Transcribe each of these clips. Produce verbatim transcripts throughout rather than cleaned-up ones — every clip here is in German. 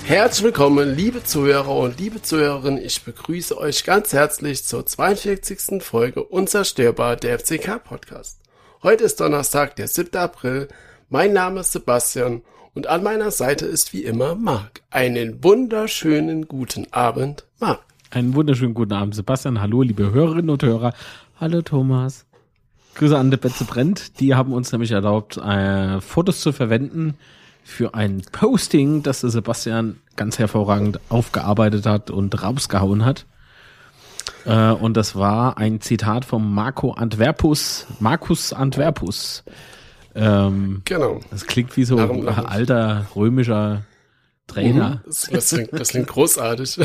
Herzlich willkommen, liebe Zuhörer und liebe Zuhörerinnen. Ich begrüße euch ganz herzlich zur zweiundvierzigsten Folge Unzerstörbar, der F C K-Podcast. Heute ist Donnerstag, der siebter April. Mein Name ist Sebastian und an meiner Seite ist wie immer Marc. Einen wunderschönen guten Abend, Marc. Einen wunderschönen guten Abend, Sebastian. Hallo, liebe Hörerinnen und Hörer. Hallo, Thomas. Grüße an die Betze Brennt. Die haben uns nämlich erlaubt, äh, Fotos zu verwenden für ein Posting, das der Sebastian ganz hervorragend aufgearbeitet hat und rausgehauen hat. Äh, und das war ein Zitat vom Marco Antwerpus, Marcus Antwerpus. Ähm, genau. Das klingt wie so ein alter römischer Trainer. Mhm, das, das, klingt, das klingt großartig.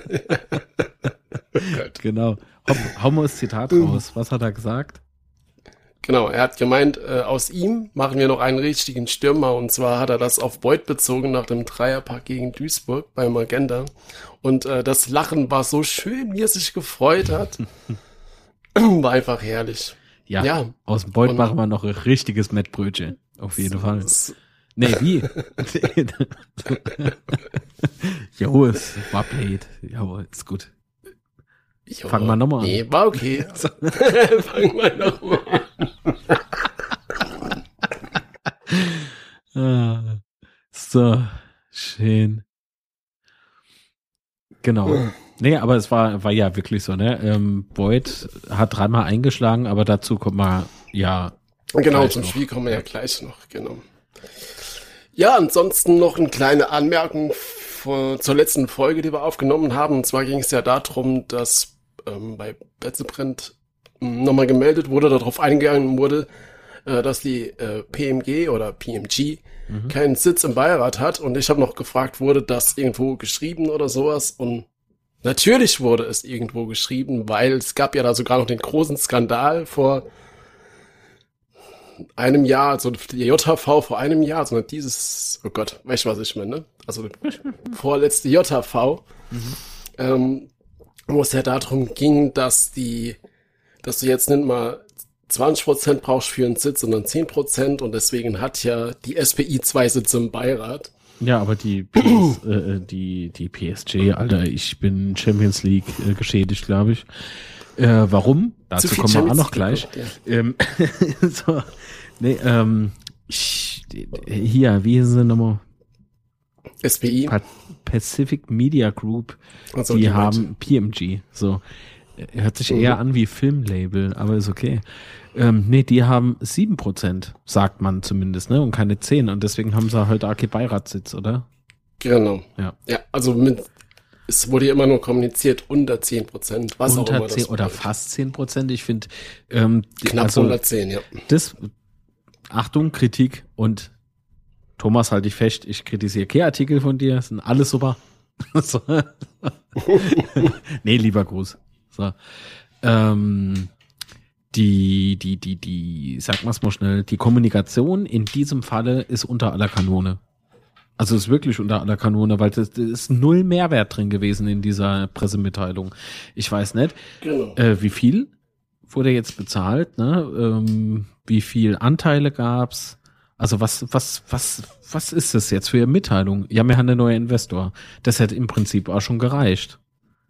Genau. Hau, hau mal das Zitat raus. Was hat er gesagt? Genau, er hat gemeint, äh, aus ihm machen wir noch einen richtigen Stürmer, und zwar hat er das auf Beuth bezogen nach dem Dreierpack gegen Duisburg bei Magenta, und äh, das Lachen war so schön, wie er sich gefreut hat, war einfach herrlich. Ja, ja. Aus dem Beuth machen wir noch ein richtiges Mettbrötchen, auf jeden Fall. Nee, wie? Jo, es war blöd, jawohl, ist gut. Jo, Fangen wir nochmal an. Nee, war okay. Fangen wir nochmal an. ah, so, schön. Genau. Nee, aber es war, war ja wirklich so, ne? Ähm, Beuth hat dreimal eingeschlagen, aber dazu kommt man ja. Genau, zum noch. Spiel kommen wir ja gleich noch, genau. Ja, ansonsten noch eine kleine Anmerkung vor, zur letzten Folge, die wir aufgenommen haben. Und zwar ging es ja darum, dass ähm, bei Betze Brennt nochmal gemeldet wurde, darauf eingegangen wurde, äh, dass die äh, P M G oder P M G mhm. keinen Sitz im Beirat hat. Und ich habe noch gefragt, wurde das irgendwo geschrieben oder sowas? Und natürlich wurde es irgendwo geschrieben, weil es gab ja da sogar noch den großen Skandal vor einem Jahr, also die J H V vor einem Jahr, sondern dieses, oh Gott, weißt du, was ich meine, ne? Also die vorletzte J H V, mhm. ähm, wo es ja darum ging, dass die, dass du jetzt nicht mal zwanzig Prozent brauchst für einen Sitz, sondern zehn Prozent, und deswegen hat ja die S P I zwei Sitze im Beirat. Ja, aber die P S, äh, die die P S G, Alter, ich bin Champions League äh, geschädigt, glaube ich. Äh, warum? Dazu kommen wir auch noch gleich. Geguckt, ja. ähm, so, nee, ähm, ich, hier, wie ist sie nochmal? S P I. Pacific Media Group, also, die, die haben P M G. So, hört sich mhm. eher an wie Filmlabel, aber ist okay. Ähm, nee, die haben sieben Prozent, sagt man zumindest, ne, und keine zehn, und deswegen haben sie halt A K Beiratssitz, oder? Genau. Ja. Ja, also mit, es wurde ja immer nur kommuniziert unter zehn Prozent, was unter auch immer zehn das oder bedeutet. Fast zehn Prozent, ich finde, ähm, knapp also, hundertzehn, ja. Das, Achtung, Kritik, und Thomas, halt dich fest, ich kritisiere keine Artikel von dir, sind alles super. So. Nee, lieber Gruß. So. Ähm, die, die, die, die, sag mal's mal schnell, die Kommunikation in diesem Falle ist unter aller Kanone. Also ist wirklich unter aller Kanone, weil das, das ist null Mehrwert drin gewesen in dieser Pressemitteilung. Ich weiß nicht, genau. äh, wie viel wurde jetzt bezahlt, ne? Ähm, wie viel Anteile gab's? Also was, was, was, was ist das jetzt für eine Mitteilung? Ja, wir haben einen neuen Investor. Das hätte im Prinzip auch schon gereicht.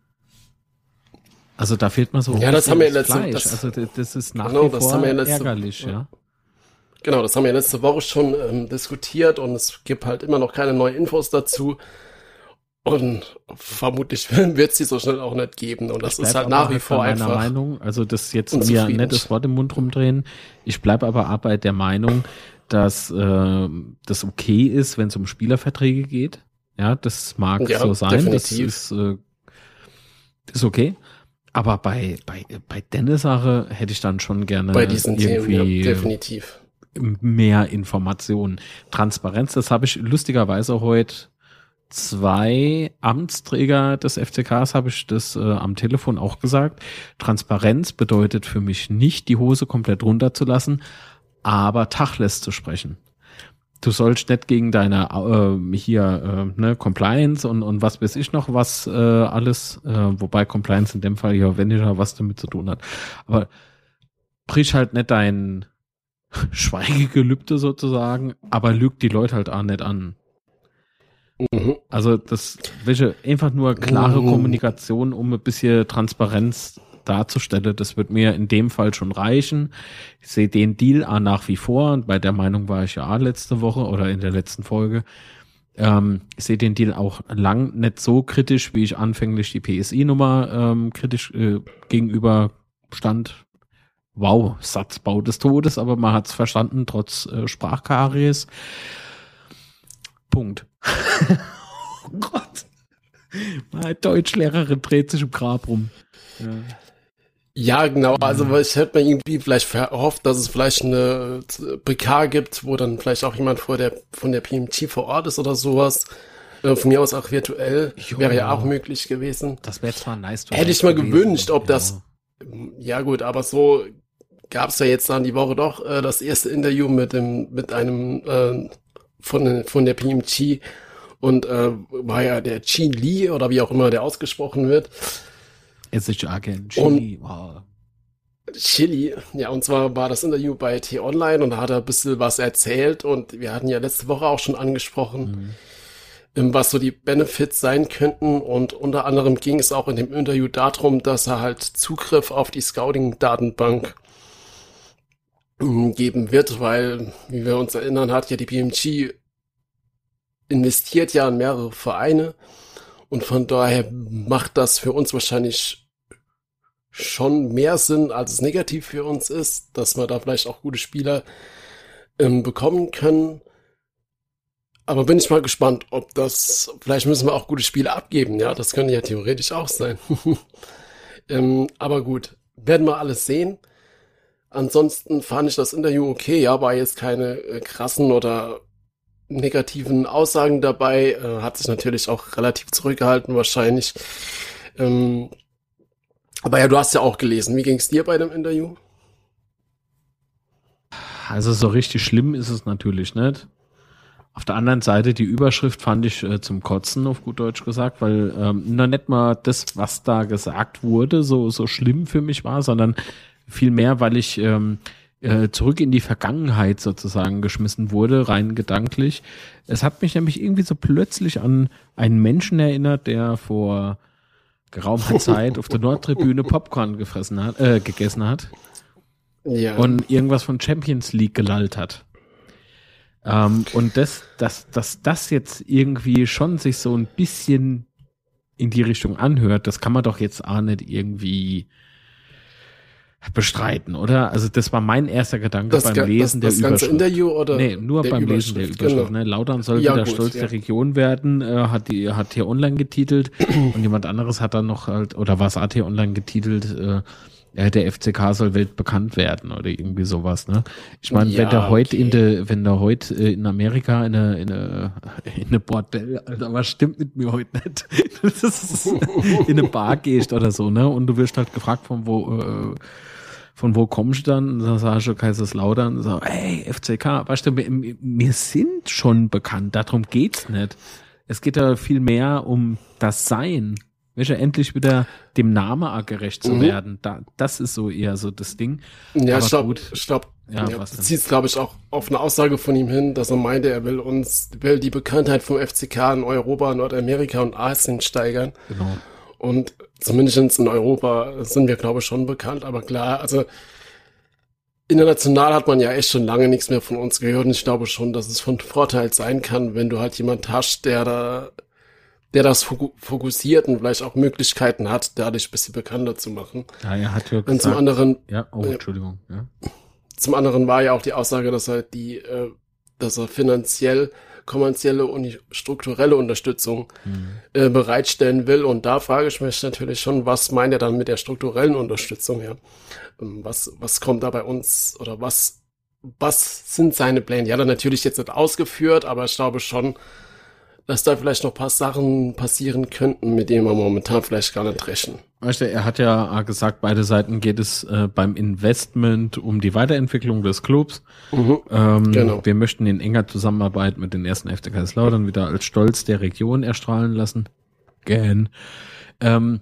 Also da fehlt mal so ja, das haben wir letzte, Fleisch. das, also das, das ist nach genau, wie das vor haben wir letzte, ärgerlich, ja. ja. Genau, das haben wir letzte Woche schon ähm, diskutiert, und es gibt halt immer noch keine neuen Infos dazu. Und vermutlich wird es die so schnell auch nicht geben. Und das ist halt nach wie vor einfach. Meiner Meinung, also das jetzt mir ein nettes Wort im Mund rumdrehen. Ich bleibe aber auch bei der Meinung, dass äh, das okay ist, wenn es um Spielerverträge geht. Ja, das mag ja, so sein. Definitiv. Das ist, äh, ist okay. Aber bei bei bei der Sache hätte ich dann schon gerne bei diesen irgendwie Themen, ja, definitiv mehr Informationen. Transparenz, das habe ich lustigerweise heute zwei Amtsträger des F C Ks habe ich das äh, am Telefon auch gesagt. Transparenz bedeutet für mich nicht, die Hose komplett runterzulassen, aber Tacheles zu sprechen. Du sollst nicht gegen deine äh, hier äh, ne, Compliance und und was weiß ich noch was äh, alles, äh, wobei Compliance in dem Fall ja weniger was damit zu tun hat. Aber brich halt nicht dein Schweigegelübde sozusagen, aber lügt die Leute halt auch nicht an. Mhm. Also das welche einfach nur klare mhm. Kommunikation, um ein bisschen Transparenz darzustellen. Das wird mir in dem Fall schon reichen. Ich sehe den Deal auch nach wie vor und bei der Meinung war ich ja letzte Woche oder in der letzten Folge. Ähm, ich sehe den Deal auch lang nicht so kritisch, wie ich anfänglich die P S I-Nummer ähm, kritisch äh, gegenüber stand. Wow, Satzbau des Todes, aber man hat's verstanden, trotz äh, Sprachkaries. Punkt. Oh Gott. Meine Deutschlehrerin dreht sich im Grab rum. Ja. Ja, genau. Also ich hätte mir irgendwie vielleicht erhofft, dass es vielleicht eine P K gibt, wo dann vielleicht auch jemand vor der von der P M T vor Ort ist oder sowas. Von mir aus auch virtuell. Jo, wäre ja auch möglich gewesen. Das wäre zwar nice. Hätte ich mal gewesen. gewünscht, ob ja. das... Ja gut, aber so gab es ja jetzt dann die Woche doch äh, das erste Interview mit dem mit einem äh, von von der P M T und äh, war ja der Chi Lee oder wie auch immer der ausgesprochen wird. Es ist Agent Chili. Wow. Chili, ja, und zwar war das Interview bei T-Online und da hat er ein bisschen was erzählt und wir hatten ja letzte Woche auch schon angesprochen, mhm. was so die Benefits sein könnten und unter anderem ging es auch in dem Interview darum, dass er halt Zugriff auf die Scouting-Datenbank geben wird, weil, wie wir uns erinnern, hat ja die P M G investiert ja in mehrere Vereine und von daher macht das für uns wahrscheinlich schon mehr Sinn, als es negativ für uns ist, dass wir da vielleicht auch gute Spieler ähm, bekommen können. Aber bin ich mal gespannt, ob das, vielleicht müssen wir auch gute Spiele abgeben, ja, das könnte ja theoretisch auch sein. ähm, aber gut, werden wir alles sehen. Ansonsten fand ich das Interview okay, ja, war jetzt keine äh, krassen oder negativen Aussagen dabei, äh, hat sich natürlich auch relativ zurückgehalten wahrscheinlich. Ähm, aber ja, du hast ja auch gelesen. Wie ging es dir bei dem Interview? Also so richtig schlimm ist es natürlich nicht. Auf der anderen Seite, die Überschrift fand ich äh, zum Kotzen, auf gut Deutsch gesagt, weil ähm, noch nicht mal das, was da gesagt wurde, so so schlimm für mich war, sondern vielmehr, weil ich ähm, äh, zurück in die Vergangenheit sozusagen geschmissen wurde, rein gedanklich. Es hat mich nämlich irgendwie so plötzlich an einen Menschen erinnert, der vor geraumer Zeit auf der Nordtribüne Popcorn gefressen hat, äh, gegessen hat ja. und irgendwas von Champions League gelallt hat. Ähm, und das, dass, dass das jetzt irgendwie schon sich so ein bisschen in die Richtung anhört, das kann man doch jetzt auch nicht irgendwie bestreiten, oder? Also das war mein erster Gedanke das beim Lesen das, das der Überschrift. Das ganze Interview oder? Nee, nur beim Lesen der Überschrift. Genau. Ne? Lautern soll ja, wieder gut, Stolz ja. der Region werden, äh, hat die hat hier online getitelt und jemand anderes hat dann noch halt, oder was hat hier online getitelt, äh, der F C K soll weltbekannt werden oder irgendwie sowas, ne? Ich meine, ja, wenn der heute okay. in der, wenn der heute in Amerika in eine, in eine, in eine Bordell, Alter, was stimmt mit mir heute nicht? Das ist, in eine Bar gehst oder so, ne? Und du wirst halt gefragt, von wo, äh, von wo kommst du dann? Und dann sagst du Kaiserslautern, so, hey, F C K, weißt du, wir, wir sind schon bekannt, darum geht's nicht. Es geht da viel mehr um das Sein. Weißt du, endlich wieder dem Namen gerecht zu mhm. werden. Da, das ist so eher so das Ding. Ja, aber ich glaube, ich glaube, ja, ja, das zieht glaube ich auch auf eine Aussage von ihm hin, dass er meinte, er will uns, will die Bekanntheit vom F C K in Europa, Nordamerika und Asien steigern. Genau. Und zumindest in Europa sind wir, glaube ich, schon bekannt. Aber klar, also international hat man ja echt schon lange nichts mehr von uns gehört. Und ich glaube schon, dass es von Vorteil sein kann, wenn du halt jemand hast, der da der das fokussiert und vielleicht auch Möglichkeiten hat, dadurch ein bisschen bekannter zu machen. Ja, er hat ja gesagt, und zum anderen, ja, oh, Entschuldigung, ja. Zum anderen war ja auch die Aussage, dass er die, äh, dass er finanziell, kommerzielle und strukturelle Unterstützung mhm. äh, bereitstellen will. Und da frage ich mich natürlich schon, was meint er dann mit der strukturellen Unterstützung, ja? Was, was kommt da bei uns oder was, was sind seine Pläne? Ja, dann natürlich jetzt nicht ausgeführt, aber ich glaube schon, dass da vielleicht noch ein paar Sachen passieren könnten, mit denen wir momentan vielleicht gar nicht rechnen. Weißt du, er hat ja gesagt, beide Seiten geht es äh, beim Investment um die Weiterentwicklung des Clubs. Mhm, ähm, genau. Wir möchten in enger Zusammenarbeit mit den ersten F C Kaiserslautern wieder als Stolz der Region erstrahlen lassen. Gern. Ähm,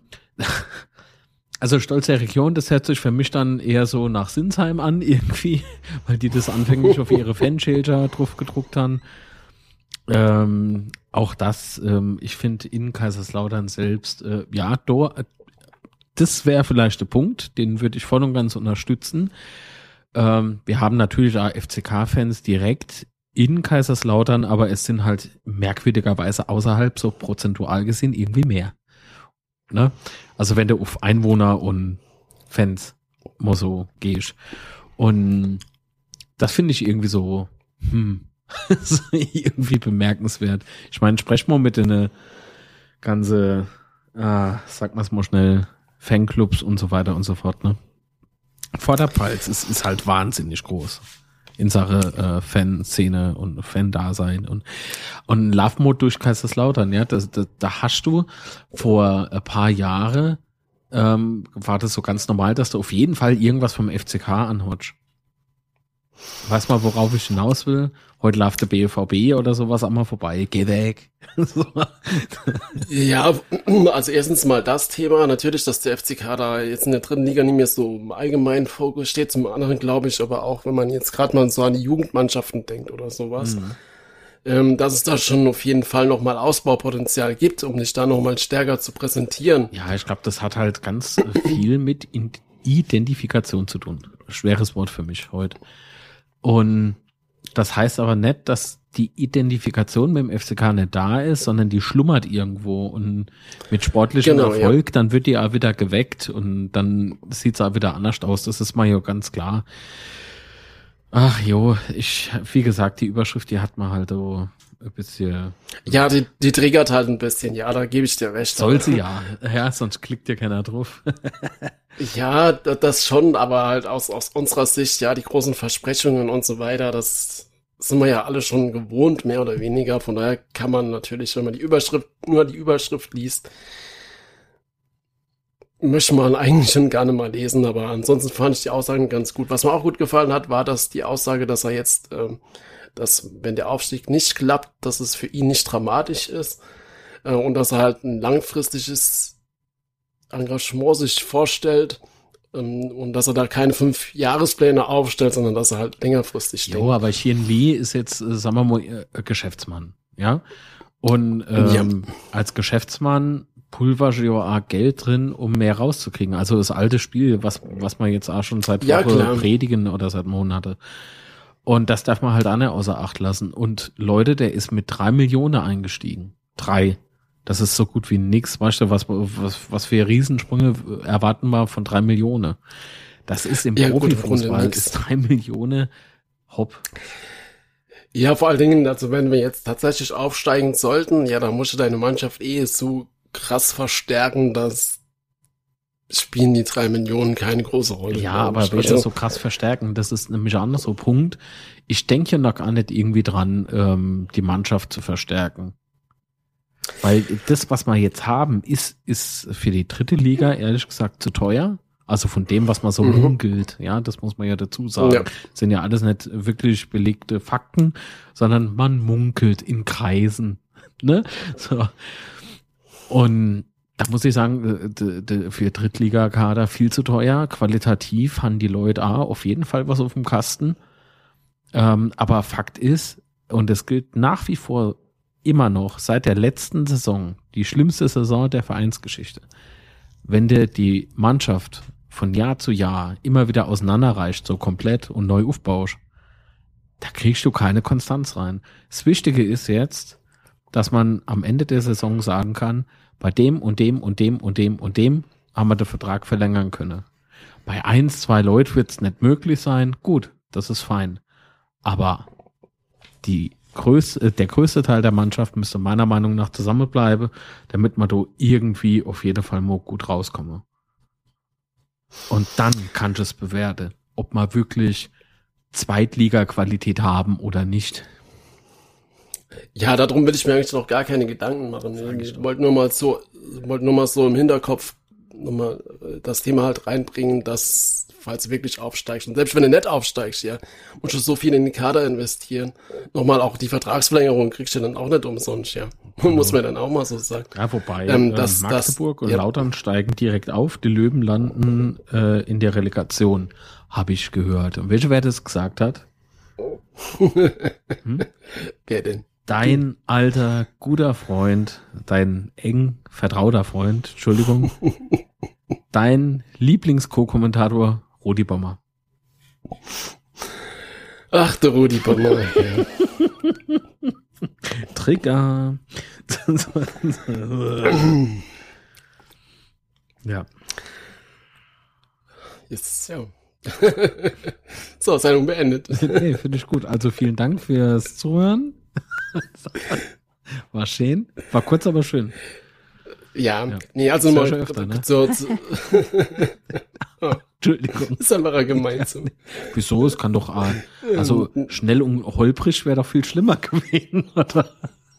also Stolz der Region, das hört sich für mich dann eher so nach Sinsheim an irgendwie, weil die das anfänglich auf ihre Fanschilder drauf gedruckt haben. Ähm, auch das, ähm, ich finde in Kaiserslautern selbst, äh, ja, do, das wäre vielleicht der Punkt, den würde ich voll und ganz unterstützen. Ähm, wir haben natürlich auch F C K-Fans direkt in Kaiserslautern, aber es sind halt merkwürdigerweise außerhalb so prozentual gesehen irgendwie mehr. Ne? Also wenn du auf Einwohner und Fans mal so gehst. Und das finde ich irgendwie so, hm, so irgendwie bemerkenswert. Ich meine, sprech mal mit den ganze, ah, sag mal's mal schnell, Fanclubs und so weiter und so fort, ne? Vorderpfalz ist, ist halt wahnsinnig groß in Sache äh, Fanszene und Fan-Dasein und und Love Mode durch Kaiserslautern, ja, das, das, da hast du vor ein paar Jahre ähm, war das so ganz normal, dass du auf jeden Fall irgendwas vom F C K anhörst. Weiß mal, worauf ich hinaus will? Heute läuft der B V B oder sowas einmal vorbei. Geh weg. So. Ja, also erstens mal das Thema. Natürlich, dass der F C K da jetzt in der dritten Liga nicht mehr so im allgemeinen Fokus steht. Zum anderen glaube ich aber auch, wenn man jetzt gerade mal so an die Jugendmannschaften denkt oder sowas, mhm. ähm, dass es da schon auf jeden Fall nochmal Ausbaupotenzial gibt, um dich da nochmal stärker zu präsentieren. Ja, ich glaube, das hat halt ganz viel mit Identifikation zu tun. Schweres Wort für mich heute. Und das heißt aber nicht, dass die Identifikation mit dem F C K nicht da ist, sondern die schlummert irgendwo und mit sportlichem genau, Erfolg, ja. Dann wird die auch wieder geweckt und dann sieht es auch wieder anders aus. Das ist mal ja ganz klar. Ach jo, ich, wie gesagt, die Überschrift, die hat man halt so ein bisschen. Ja, die, die triggert halt ein bisschen, ja, da gebe ich dir recht. Soll sie ja, ja, sonst klickt ja keiner drauf. Ja, das schon, aber halt aus, aus unserer Sicht, ja, die großen Versprechungen und so weiter, das sind wir ja alle schon gewohnt, mehr oder weniger. Von daher kann man natürlich, wenn man die Überschrift, nur die Überschrift liest, möchte man eigentlich schon gerne mal lesen, aber ansonsten fand ich die Aussagen ganz gut. Was mir auch gut gefallen hat, war, dass die Aussage, dass er jetzt, ähm, dass wenn der Aufstieg nicht klappt, dass es für ihn nicht dramatisch ist äh, und dass er halt ein langfristiges Engagement sich vorstellt ähm, und dass er da keine fünf Jahrespläne aufstellt, sondern dass er halt längerfristig denkt. Jo, aber Chien Lee ist jetzt, äh, sagen wir mal, äh, Geschäftsmann, ja? Und ähm, ja. als Geschäftsmann pulvert ja auch Geld drin, um mehr rauszukriegen. Also das alte Spiel, was was man jetzt auch schon seit ja, Woche klar. predigen oder seit Monate. Und das darf man halt auch nicht außer Acht lassen. Und Leute, der ist mit drei Millionen eingestiegen. Drei. Das ist so gut wie nix. Weißt du, was, was, was für Riesensprünge erwarten wir von drei Millionen? Das ist im ja, Profifußball, ist drei Millionen hopp. Ja, vor allen Dingen, also wenn wir jetzt tatsächlich aufsteigen sollten, ja, dann musst du deine Mannschaft eh so krass verstärken, dass spielen die drei Millionen keine große Rolle. Ja, aber willst du so krass verstärken? Das ist nämlich ein anderer Punkt. Ich denke ja noch gar nicht irgendwie dran, ähm, die Mannschaft zu verstärken. Weil das, was wir jetzt haben, ist, ist für die dritte Liga ehrlich gesagt zu teuer. Also von dem, was man so mhm. munkelt, ja, das muss man ja dazu sagen. Ja. Sind ja alles nicht wirklich belegte Fakten, sondern man munkelt in Kreisen, ne? So. Und da muss ich sagen, de, de, für Drittligakader viel zu teuer. Qualitativ haben die Leute auch auf jeden Fall was auf dem Kasten. Ähm, aber Fakt ist, und es gilt nach wie vor immer noch seit der letzten Saison, die schlimmste Saison der Vereinsgeschichte, wenn dir die Mannschaft von Jahr zu Jahr immer wieder auseinanderreicht, so komplett und neu aufbaust, da kriegst du keine Konstanz rein. Das Wichtige ist jetzt, dass man am Ende der Saison sagen kann, bei dem und dem und dem und dem und dem haben wir den Vertrag verlängern können. Bei eins, zwei Leuten wird es nicht möglich sein. Gut, das ist fein. Aber die größte, der größte Teil der Mannschaft müsste meiner Meinung nach zusammenbleiben, damit man da irgendwie auf jeden Fall mal gut rauskomme. Und dann kannst du es bewerten, ob man wirklich Zweitliga-Qualität haben oder nicht. Ja, darum will ich mir eigentlich noch gar keine Gedanken machen. Ich wollte nur mal so, wollte nur mal so im Hinterkopf nochmal das Thema halt reinbringen, dass, falls du wirklich aufsteigst, und selbst wenn du nicht aufsteigst, ja, musst du so viel in den Kader investieren. Nochmal auch die Vertragsverlängerung kriegst du dann auch nicht umsonst, ja. Mhm. Muss man dann auch mal so sagen. Ja, wobei, ähm, das, äh, Magdeburg das, und ja. Lautern steigen direkt auf, die Löwen landen äh, in der Relegation, habe ich gehört. Und welche wer das gesagt hat? hm? Wer denn? dein alter, guter Freund, dein eng vertrauter Freund, Entschuldigung, dein Lieblings-Co-Kommentator Rudi Bommer. Ach, der Rudi Bommer. Ja. Trigger. Ja. Jetzt, ja. So, Sendung beendet. Nee, finde ich gut. Also vielen Dank fürs Zuhören. War schön. War kurz, aber schön. Ja, ja. nee, also das mal ja öfter, ne? so, so oh, Entschuldigung. ist einfach gemeint so. Wieso? Es kann doch ahnen. Also schnell und holprig wäre doch viel schlimmer gewesen, oder?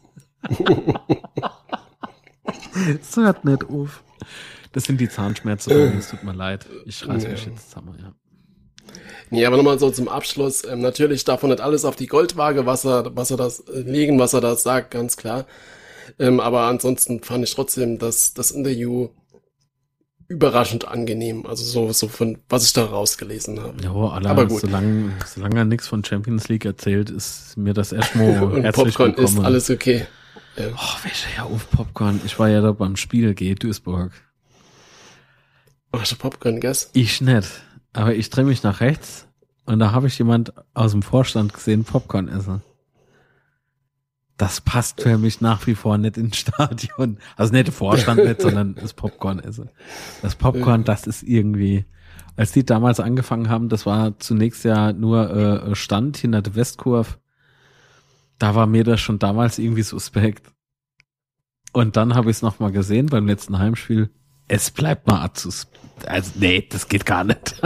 Das hört nicht auf. Das sind die Zahnschmerzen. Es tut mir leid. Ich reiß mich ja. jetzt zusammen, ja. Nee, aber nochmal so zum Abschluss. Ähm, natürlich darf man nicht alles auf die Goldwaage, was er, was er das äh, legen, was er da sagt, ganz klar. Ähm, aber ansonsten fand ich trotzdem das, das Interview überraschend angenehm. Also so, so von, was ich da rausgelesen habe. Ja, Alter, aber gut. Solange, solange er nichts von Champions League erzählt, ist mir das erstmal und herzlich Popcorn willkommen. Ist alles okay. Ja. Oh, welche ja auf Popcorn. Ich war ja da beim Spiel G Duisburg. Hast du Popcorn gegessen? Ich nicht. Aber ich drehe mich nach rechts und da habe ich jemand aus dem Vorstand gesehen, Popcorn essen. Das passt für mich nach wie vor nicht ins Stadion. Also nicht der Vorstand nicht, sondern das Popcorn essen. Das Popcorn, das ist irgendwie, als die damals angefangen haben, das war zunächst ja nur äh, Stand hinter der Westkurve. Da war mir das schon damals irgendwie suspekt. Und dann habe ich es nochmal gesehen beim letzten Heimspiel. Es bleibt mal Azus. Also, nee, das geht gar nicht.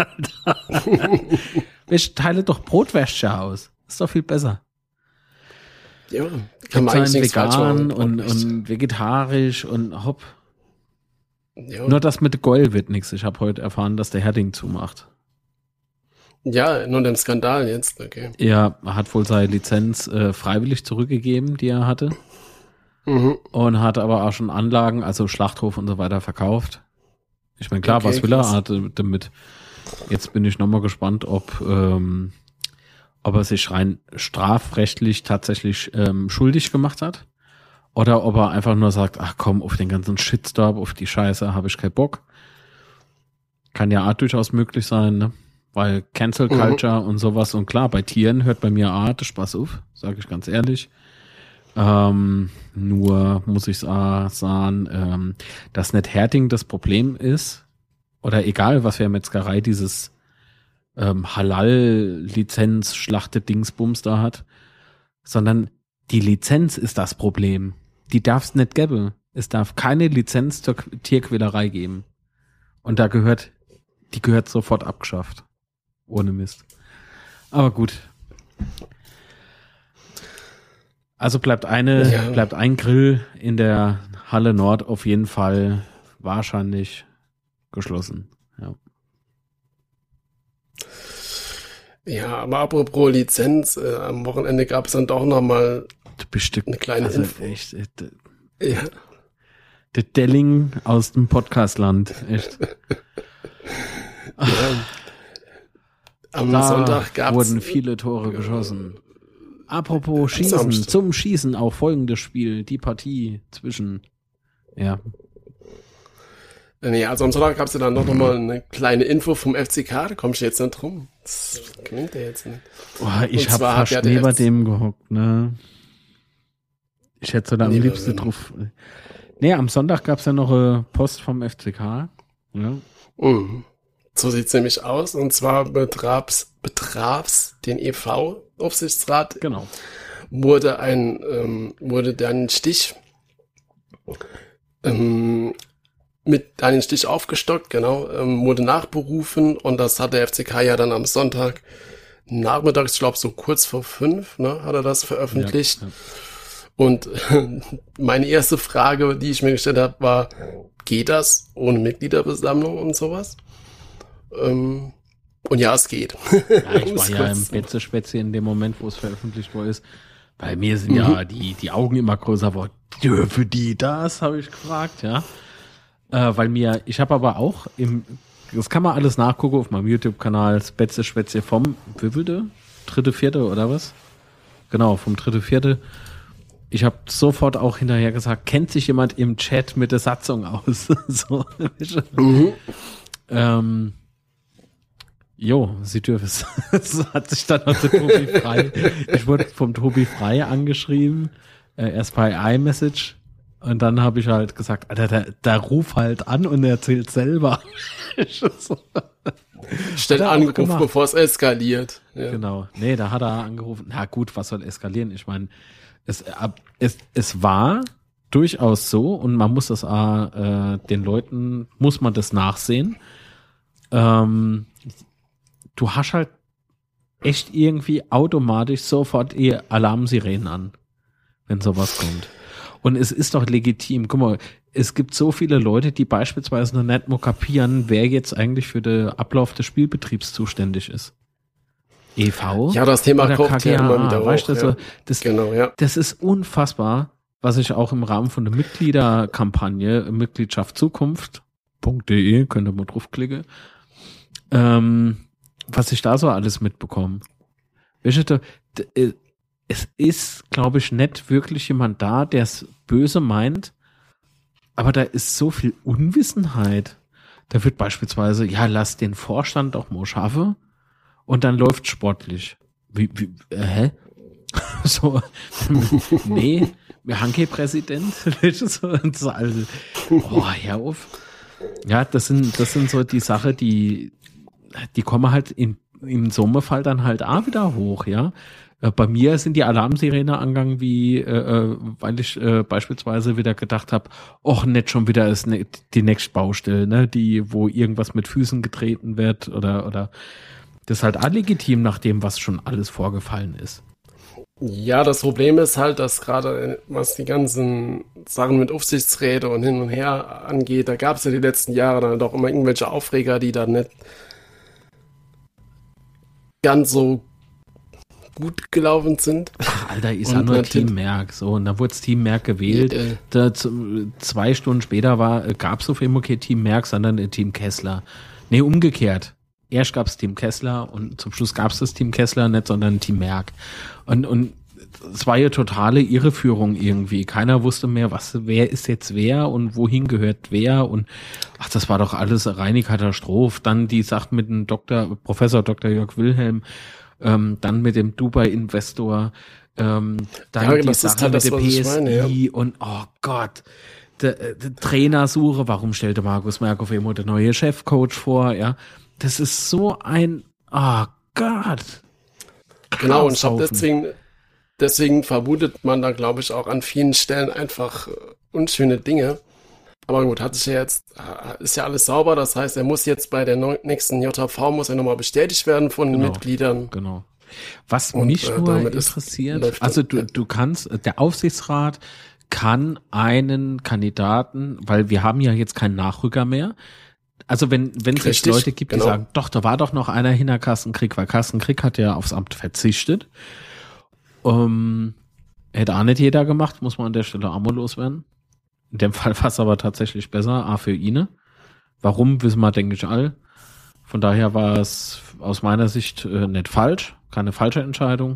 Ich teile doch Brotwäsche aus. Ist doch viel besser. Ja, kann man eigentlich nichts falsch machen. Und, und vegetarisch und hopp. Ja. Nur das mit Goil wird nichts. Ich habe heute erfahren, dass der Herding zumacht. Ja, nur dem Skandal jetzt, okay. Er hat wohl seine Lizenz äh, freiwillig zurückgegeben, die er hatte. Mhm. Und hat aber auch schon Anlagen, also Schlachthof und so weiter verkauft. Ich meine, klar, okay, was will er hatte damit? Jetzt bin ich nochmal gespannt, ob, ähm, ob er sich rein strafrechtlich tatsächlich ähm, schuldig gemacht hat. Oder ob er einfach nur sagt, ach komm, auf den ganzen Shitstorm, auf die Scheiße habe ich keinen Bock. Kann ja auch durchaus möglich sein, ne? Weil Cancel Culture mhm. und sowas. Und klar, bei Tieren hört bei mir auch der Spaß auf, sage ich ganz ehrlich. Ähm, nur muss ich sagen, ähm, dass nicht Herding das Problem ist, oder egal, was für eine Metzgerei dieses ähm, Halal-Lizenz-Schlachte-Dingsbums da hat, sondern die Lizenz ist das Problem. Die darf es nicht geben. Es darf keine Lizenz zur Tierquälerei geben. Und da gehört, die gehört sofort abgeschafft. Ohne Mist. Aber gut. Also bleibt eine, ja. bleibt ein Grill in der Halle Nord auf jeden Fall wahrscheinlich geschlossen. Ja. Ja, aber apropos Lizenz, äh, am Wochenende gab es dann doch nochmal eine kleine also Info. Echt, äh, ja. Der Delling aus dem Podcastland, echt. Ja. Am da Sonntag gab's, wurden viele Tore geschossen. Apropos Schießen, zum Schießen auch folgendes Spiel, die Partie zwischen, ja. Nee, also am Sonntag gab es ja dann noch mal eine kleine Info vom F C K, da kommst du jetzt nicht drum. Das gewinnt der jetzt nicht. Boah, ich hab fast ja neben dem gehockt, ne. Ich hätte da am neben liebsten drauf. Nee, am Sonntag gab es ja noch eine Post vom F C K. Ja. Mhm. So sieht's nämlich aus. Und zwar betraf's, betraf's den E V-Aufsichtsrat. Genau. Wurde ein, ähm, wurde dann ein Stich, ähm, mit einem Stich aufgestockt, genau, ähm, wurde nachberufen und das hat der F C K ja dann am Sonntag nachmittags, ich glaube so kurz vor fünf, ne, hat er das veröffentlicht. Ja, ja. Und meine erste Frage, die ich mir gestellt habe, war, geht das ohne Mitgliederversammlung und sowas? Ähm, und ja, es geht. Ja, ich war ja im Betze-Spezi in dem Moment, wo es veröffentlicht worden ist. Bei mir sind mhm. ja die, die Augen immer größer geworden. Dürfen die das, habe ich gefragt, ja. Äh, weil mir, ich habe aber auch im, das kann man alles nachgucken auf meinem YouTube-Kanal, Betze-Spezi vom Wievielte? Dritte, vierte oder was? Genau, vom dritte, vierte. ich habe sofort auch hinterher gesagt, kennt sich jemand im Chat mit der Satzung aus? so. mhm. ähm, Jo, sie dürfen es. So hat sich dann noch der Tobi Frei. Ich wurde vom Tobi Frei angeschrieben, äh, erst bei iMessage. Und dann habe ich halt gesagt, Alter, der, der ruf halt an und erzählt selber. Schnell angerufen, bevor es eskaliert. Ja. Genau. Nee, da hat er angerufen. Na gut, was soll eskalieren? Ich meine, es, es, es war durchaus so und man muss das äh, den Leuten, muss man das nachsehen. Ähm, du hast halt echt irgendwie automatisch sofort ihr Alarmsirenen an, wenn sowas kommt. Und es ist doch legitim. Guck mal, es gibt so viele Leute, die beispielsweise noch nicht mal kapieren, wer jetzt eigentlich für den Ablauf des Spielbetriebs zuständig ist. E V? Ja, das Thema kommt ja immer wieder weißt hoch. Du, ja. das, genau, ja. das ist unfassbar, was ich auch im Rahmen von der Mitgliederkampagne Mitgliedschaft Zukunft Punkt de, könnt ihr mal draufklicken, ähm, was ich da so alles mitbekomme. Weißt du, es ist, glaube ich, nicht wirklich jemand da, der es böse meint, aber da ist so viel Unwissenheit. Da wird beispielsweise, ja, lass den Vorstand doch mal schaffen und dann läuft sportlich. Wie, wie, äh, hä? so, nee, wir haben keinen Präsident. so, also, oh, hör auf. Ja, das sind, das sind so die Sachen, die, die kommen halt in, im Sommerfall dann halt auch wieder hoch, ja. Bei mir sind die Alarmsirene angegangen, wie äh, weil ich äh, beispielsweise wieder gedacht habe, och, nicht schon wieder ist ne, die nächste Baustelle, ne, die, wo irgendwas mit Füßen getreten wird oder oder das ist halt all legitim nach dem, was schon alles vorgefallen ist. Ja, das Problem ist halt, dass gerade was die ganzen Sachen mit Aufsichtsräte und hin und her angeht, da gab es ja die letzten Jahre dann doch immer irgendwelche Aufreger, die dann nicht ganz so gut gelaufen sind. Ach, Alter, ist ja nur Team Merck. So, und dann wurde das Team Merck gewählt. Äh, da, zwei Stunden später war, gab es auf einmal kein Team Merck, sondern ein Team Kessler. Nee, umgekehrt. Erst gab es Team Kessler und zum Schluss gab es das Team Kessler nicht, sondern Team Merck. Und, und es war ja totale Irreführung irgendwie. Keiner wusste mehr, was, wer ist jetzt wer und wohin gehört wer und ach, das war doch alles eine reine Katastrophe. Dann die Sache mit dem Doktor, Professor Doktor Jörg Wilhelm, Ähm, dann mit dem Dubai-Investor, ähm, dann ja, die Sache halt mit der P S I meine, ja. Und oh Gott, der, der Trainersuche, warum stellte Markus Merck auf einmal der neue Chefcoach vor, ja, das ist so ein, oh Gott. Genau, und ich hab deswegen, deswegen vermutet man da, glaube ich, auch an vielen Stellen einfach unschöne Dinge. Aber gut, hat sich ja jetzt, ist ja alles sauber, das heißt, er muss jetzt bei der nächsten J V, muss er nochmal bestätigt werden von den genau, Mitgliedern. Genau. Was und, mich äh, nur interessiert, ist, also du, du kannst, der Aufsichtsrat kann einen Kandidaten, weil wir haben ja jetzt keinen Nachrücker mehr, also wenn wenn es jetzt Leute gibt, die genau. sagen, doch, da war doch noch einer hinter Kassenkrieg, weil Kassenkrieg hat ja aufs Amt verzichtet. Um, hätte auch nicht jeder gemacht, muss man an der Stelle auch mal loswerden. In dem Fall war es aber tatsächlich besser, A für ihn. Warum, wissen wir, denke ich, all. Von daher war es aus meiner Sicht äh, nicht falsch, keine falsche Entscheidung.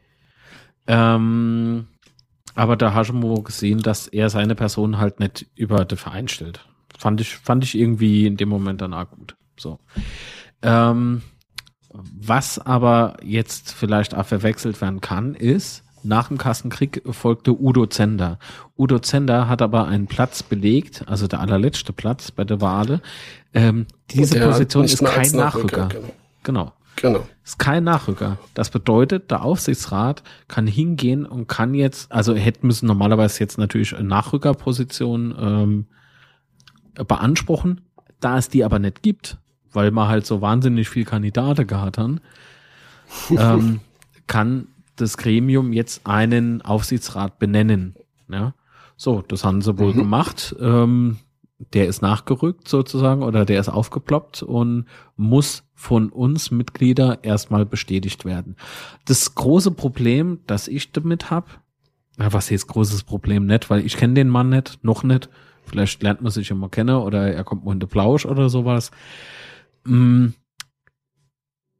Ähm, aber da hast du gesehen, dass er seine Person halt nicht über den Verein stellt. Fand ich, fand ich irgendwie in dem Moment dann auch gut. So. Ähm, was aber jetzt vielleicht auch verwechselt werden kann, ist, nach dem Kassenkrieg folgte Udo Zender. Udo Zender hat aber einen Platz belegt, also der allerletzte Platz bei der Wahl. Ähm, diese Position ist kein Nachrücker. Nachrücker. Genau. Genau. Ist kein Nachrücker. Das bedeutet, der Aufsichtsrat kann hingehen und kann jetzt, also hätten müssen normalerweise jetzt natürlich eine Nachrückerposition ähm, beanspruchen, da es die aber nicht gibt, weil man halt so wahnsinnig viel Kandidaten gehabt haben, ähm, kann das Gremium jetzt einen Aufsichtsrat benennen. Ja, so, das haben sie wohl mhm. gemacht. Ähm, der ist nachgerückt sozusagen oder der ist aufgeploppt und muss von uns Mitglieder erstmal bestätigt werden. Das große Problem, das ich damit habe, ja, was jetzt großes Problem nicht, weil ich kenne den Mann nicht, noch nicht. Vielleicht lernt man sich immer kennen oder er kommt mal in den Plausch oder sowas. Hm.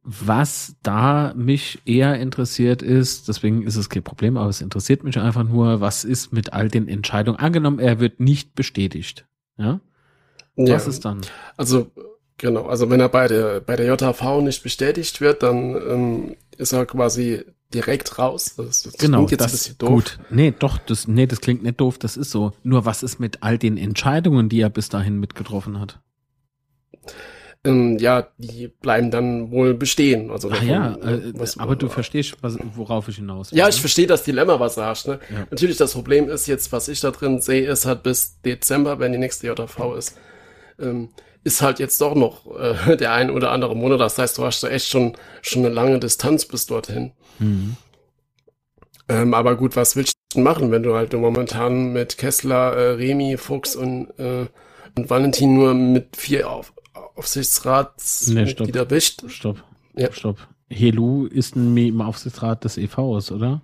Was da mich eher interessiert ist, deswegen ist es kein Problem, aber es interessiert mich einfach nur, was ist mit all den Entscheidungen? Angenommen, er wird nicht bestätigt. Ja? Ja. Was ist dann? Also, genau, also wenn er bei der, bei der J H V nicht bestätigt wird, dann ähm, ist er quasi direkt raus. Das, das Genau, klingt jetzt das ein bisschen doof. gut. Nee, doch, das, nee, das klingt nicht doof, das ist so. Nur was ist mit all den Entscheidungen, die er bis dahin mitgetroffen hat? Ähm, ja, die bleiben dann wohl bestehen. Also Ach davon, ja, äh, was, aber du verstehst, was, worauf ich hinaus will. Ja, ne? ich verstehe das Dilemma, was du hast. Ne? Ja. Natürlich, das Problem ist jetzt, was ich da drin sehe, ist halt bis Dezember, wenn die nächste J H V ist, ähm, ist halt jetzt doch noch äh, der ein oder andere Monat. Das heißt, du hast da echt schon schon eine lange Distanz bis dorthin. Mhm. Ähm, aber gut, was willst du denn machen, wenn du halt momentan mit Kessler, äh, Remy, Fuchs und, äh, und Valentin nur mit vier auf, Aufsichtsratsmitglieder Nee, bist? Stopp, Ja. stopp. Helu ist ein, im Aufsichtsrat des E Vs, oder?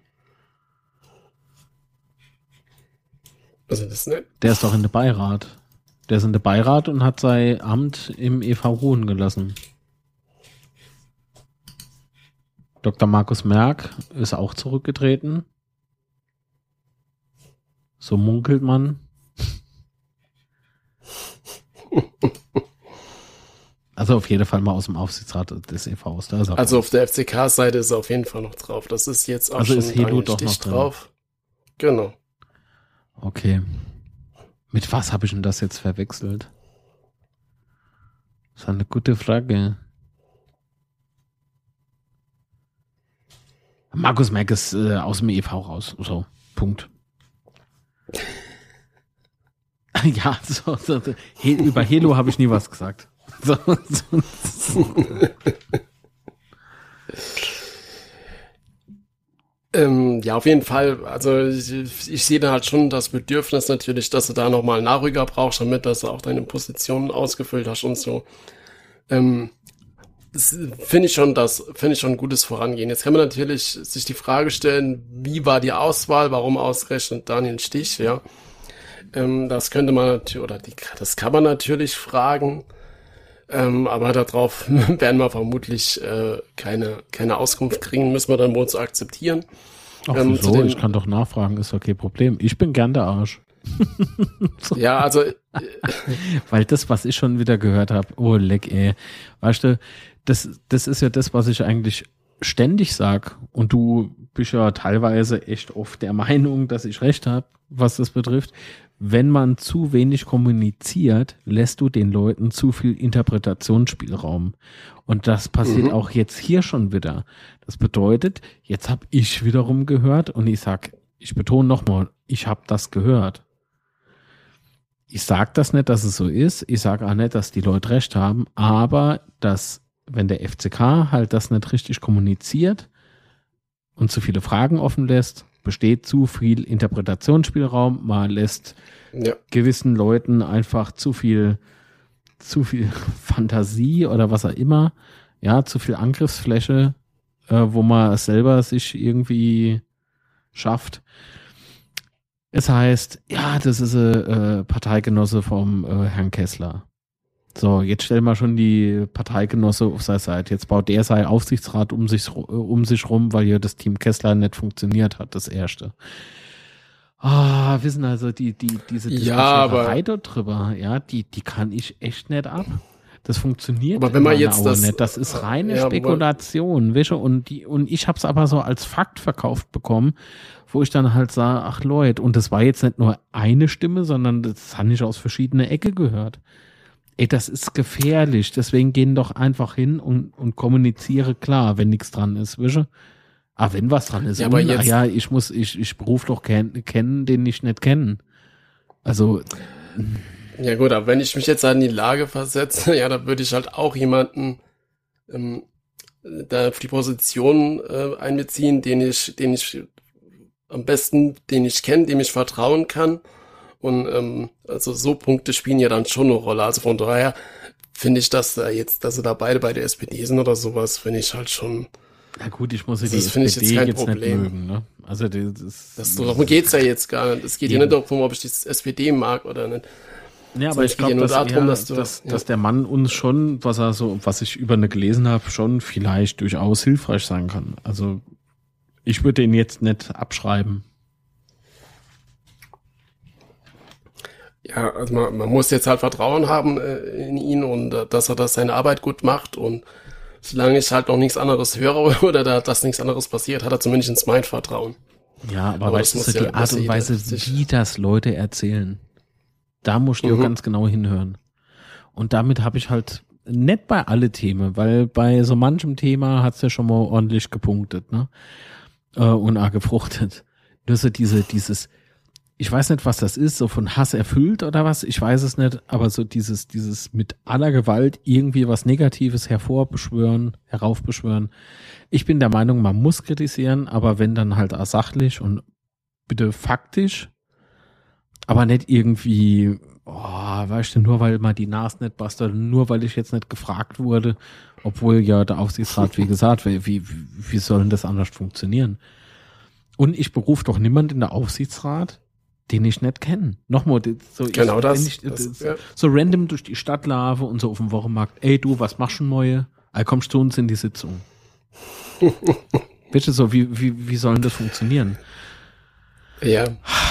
Also das nicht. Der ist doch in der Beirat. Der ist in der Beirat und hat sein Amt im E V ruhen gelassen. Doktor Markus Merck ist auch zurückgetreten. So munkelt man. Also auf jeden Fall mal aus dem Aufsichtsrat des E Vs. Da ist er Also raus. auf der F C K-Seite ist er auf jeden Fall noch drauf. Das ist jetzt auch Also schon ist Helu Daniel doch noch Stich drin. drauf. Genau. Okay. Mit was habe ich denn das jetzt verwechselt? Das ist eine gute Frage. Markus Merck ist äh, aus dem E V raus. So, Punkt. Ja, so, so, so. He, über Helo habe ich nie was gesagt. So, so, so. Ähm, ja, auf jeden Fall. Also ich, ich sehe da halt schon das Bedürfnis natürlich, dass du da nochmal einen Nachrücker brauchst, damit dass du auch deine Positionen ausgefüllt hast und so. Ähm, das finde ich schon, das finde ich schon ein gutes Vorangehen. Jetzt kann man natürlich sich die Frage stellen, wie war die Auswahl, warum ausgerechnet Daniel Stich, ja. Ähm, das könnte man natürlich, oder die, das kann man natürlich fragen. Ähm, aber darauf werden wir vermutlich äh, keine, keine Auskunft kriegen, müssen wir dann wohl so akzeptieren. Ach Ähm, wieso? zu dem- Ich kann doch nachfragen, ist okay, Problem. Ich bin gern der Arsch. So. Ja, also Weil das, was ich schon wieder gehört habe, oh leck ey. Weißt du, das, das ist ja das, was ich eigentlich ständig sag. Und du bist ja teilweise echt oft der Meinung, dass ich recht habe, was das betrifft. Wenn man zu wenig kommuniziert, lässt du den Leuten zu viel Interpretationsspielraum. Und das passiert Mhm. auch jetzt hier schon wieder. Das bedeutet, jetzt habe ich wiederum gehört und ich sag, ich betone nochmal, ich habe das gehört. Ich sag das nicht, dass es so ist. Ich sage auch nicht, dass die Leute recht haben. Aber dass, wenn der F C K halt das nicht richtig kommuniziert und zu viele Fragen offen lässt, besteht zu viel Interpretationsspielraum. Man lässt ja, gewissen Leuten einfach zu viel, zu viel Fantasie oder was auch immer, ja, zu viel Angriffsfläche, äh, wo man selber sich irgendwie schafft. Es heißt, ja, das ist ein äh, Parteigenosse vom äh, Herrn Kessler. So, jetzt stellen wir schon die Parteigenosse auf seine Seite. Jetzt baut der sein Aufsichtsrat um sich, um sich rum, weil ja das Team Kessler nicht funktioniert hat, das erste. Ah, wissen also, die, die, diese Ja, aber- dort drüber, ja, die, die kann ich echt nicht ab. Das funktioniert Aber wenn man in meiner jetzt Augen das- nicht. Das ist reine Ja, aber- Spekulation, weißt du? Und die, und ich hab's aber so als Fakt verkauft bekommen, wo ich dann halt sah, ach Leute, und das war jetzt nicht nur eine Stimme, sondern das habe ich aus verschiedenen Ecken gehört. Ey, das ist gefährlich, deswegen gehen doch einfach hin und, und kommuniziere klar, wenn nichts dran ist, wische. Ah, wenn was dran ist. Ja, aber und, jetzt- ah, ja, ich muss, ich, ich beruf doch ken, kennen, den ich nicht kennen. Also, ja gut, aber wenn ich mich jetzt an die Lage versetze, ja, dann würde ich halt auch jemanden ähm, da auf die Position äh, einbeziehen, den ich, den ich am besten, den ich kenne, dem ich vertrauen kann. Und ähm, also so Punkte spielen ja dann schon eine Rolle. Also von daher finde ich, dass da jetzt, dass sie da beide bei der S P D sind oder sowas, finde ich halt schon. na gut, ich muss ja die Das finde ich S P D jetzt jetzt, kein nicht Problem. mögen, ne? Also, das ist, Das, darum geht's ja jetzt gar nicht. Es geht ja Eben. nicht darum, ob ich die S P D mag oder nicht. Ja, aber ich glaube, dass, darum, dass, dass, ja. dass der Mann uns schon, was er so, was ich über eine gelesen habe, schon vielleicht durchaus hilfreich sein kann. Also ich würde ihn jetzt nicht abschreiben. Ja, also man, man muss jetzt halt Vertrauen haben äh, in ihn und äh, dass er das seine Arbeit gut macht und solange ich halt noch nichts anderes höre oder da, dass nichts anderes passiert, hat er zumindest mein Vertrauen. Ja, aber, aber weißt du, die ja, Art und Weise, wie das Leute erzählen, da musst du mhm. ganz genau hinhören. Und damit habe ich halt nicht bei alle Themen, weil bei so manchem Thema hat's ja schon mal ordentlich gepunktet, ne? Äh, und auch gefruchtet. Nur so diese, dieses, ich weiß nicht, was das ist, so von Hass erfüllt oder was, ich weiß es nicht, aber so dieses, dieses mit aller Gewalt irgendwie was Negatives hervorbeschwören, heraufbeschwören. Ich bin der Meinung, man muss kritisieren, aber wenn dann halt auch sachlich und bitte faktisch, aber nicht irgendwie, oh, weißt du, nur weil mal die Nase nicht passt oder nur weil ich jetzt nicht gefragt wurde, obwohl ja der Aufsichtsrat, wie gesagt, wie, wie, wie soll denn das anders funktionieren? Und ich berufe doch niemand in der Aufsichtsrat, den ich nicht kenne. Nochmal, so, genau ich, das, ich, das so, ja. so random durch die Stadt laufe und so auf dem Wochenmarkt, ey du, was machst du neue? Ey, kommst du uns in die Sitzung? Bitte so, wie, wie, wie soll denn das funktionieren? Ja.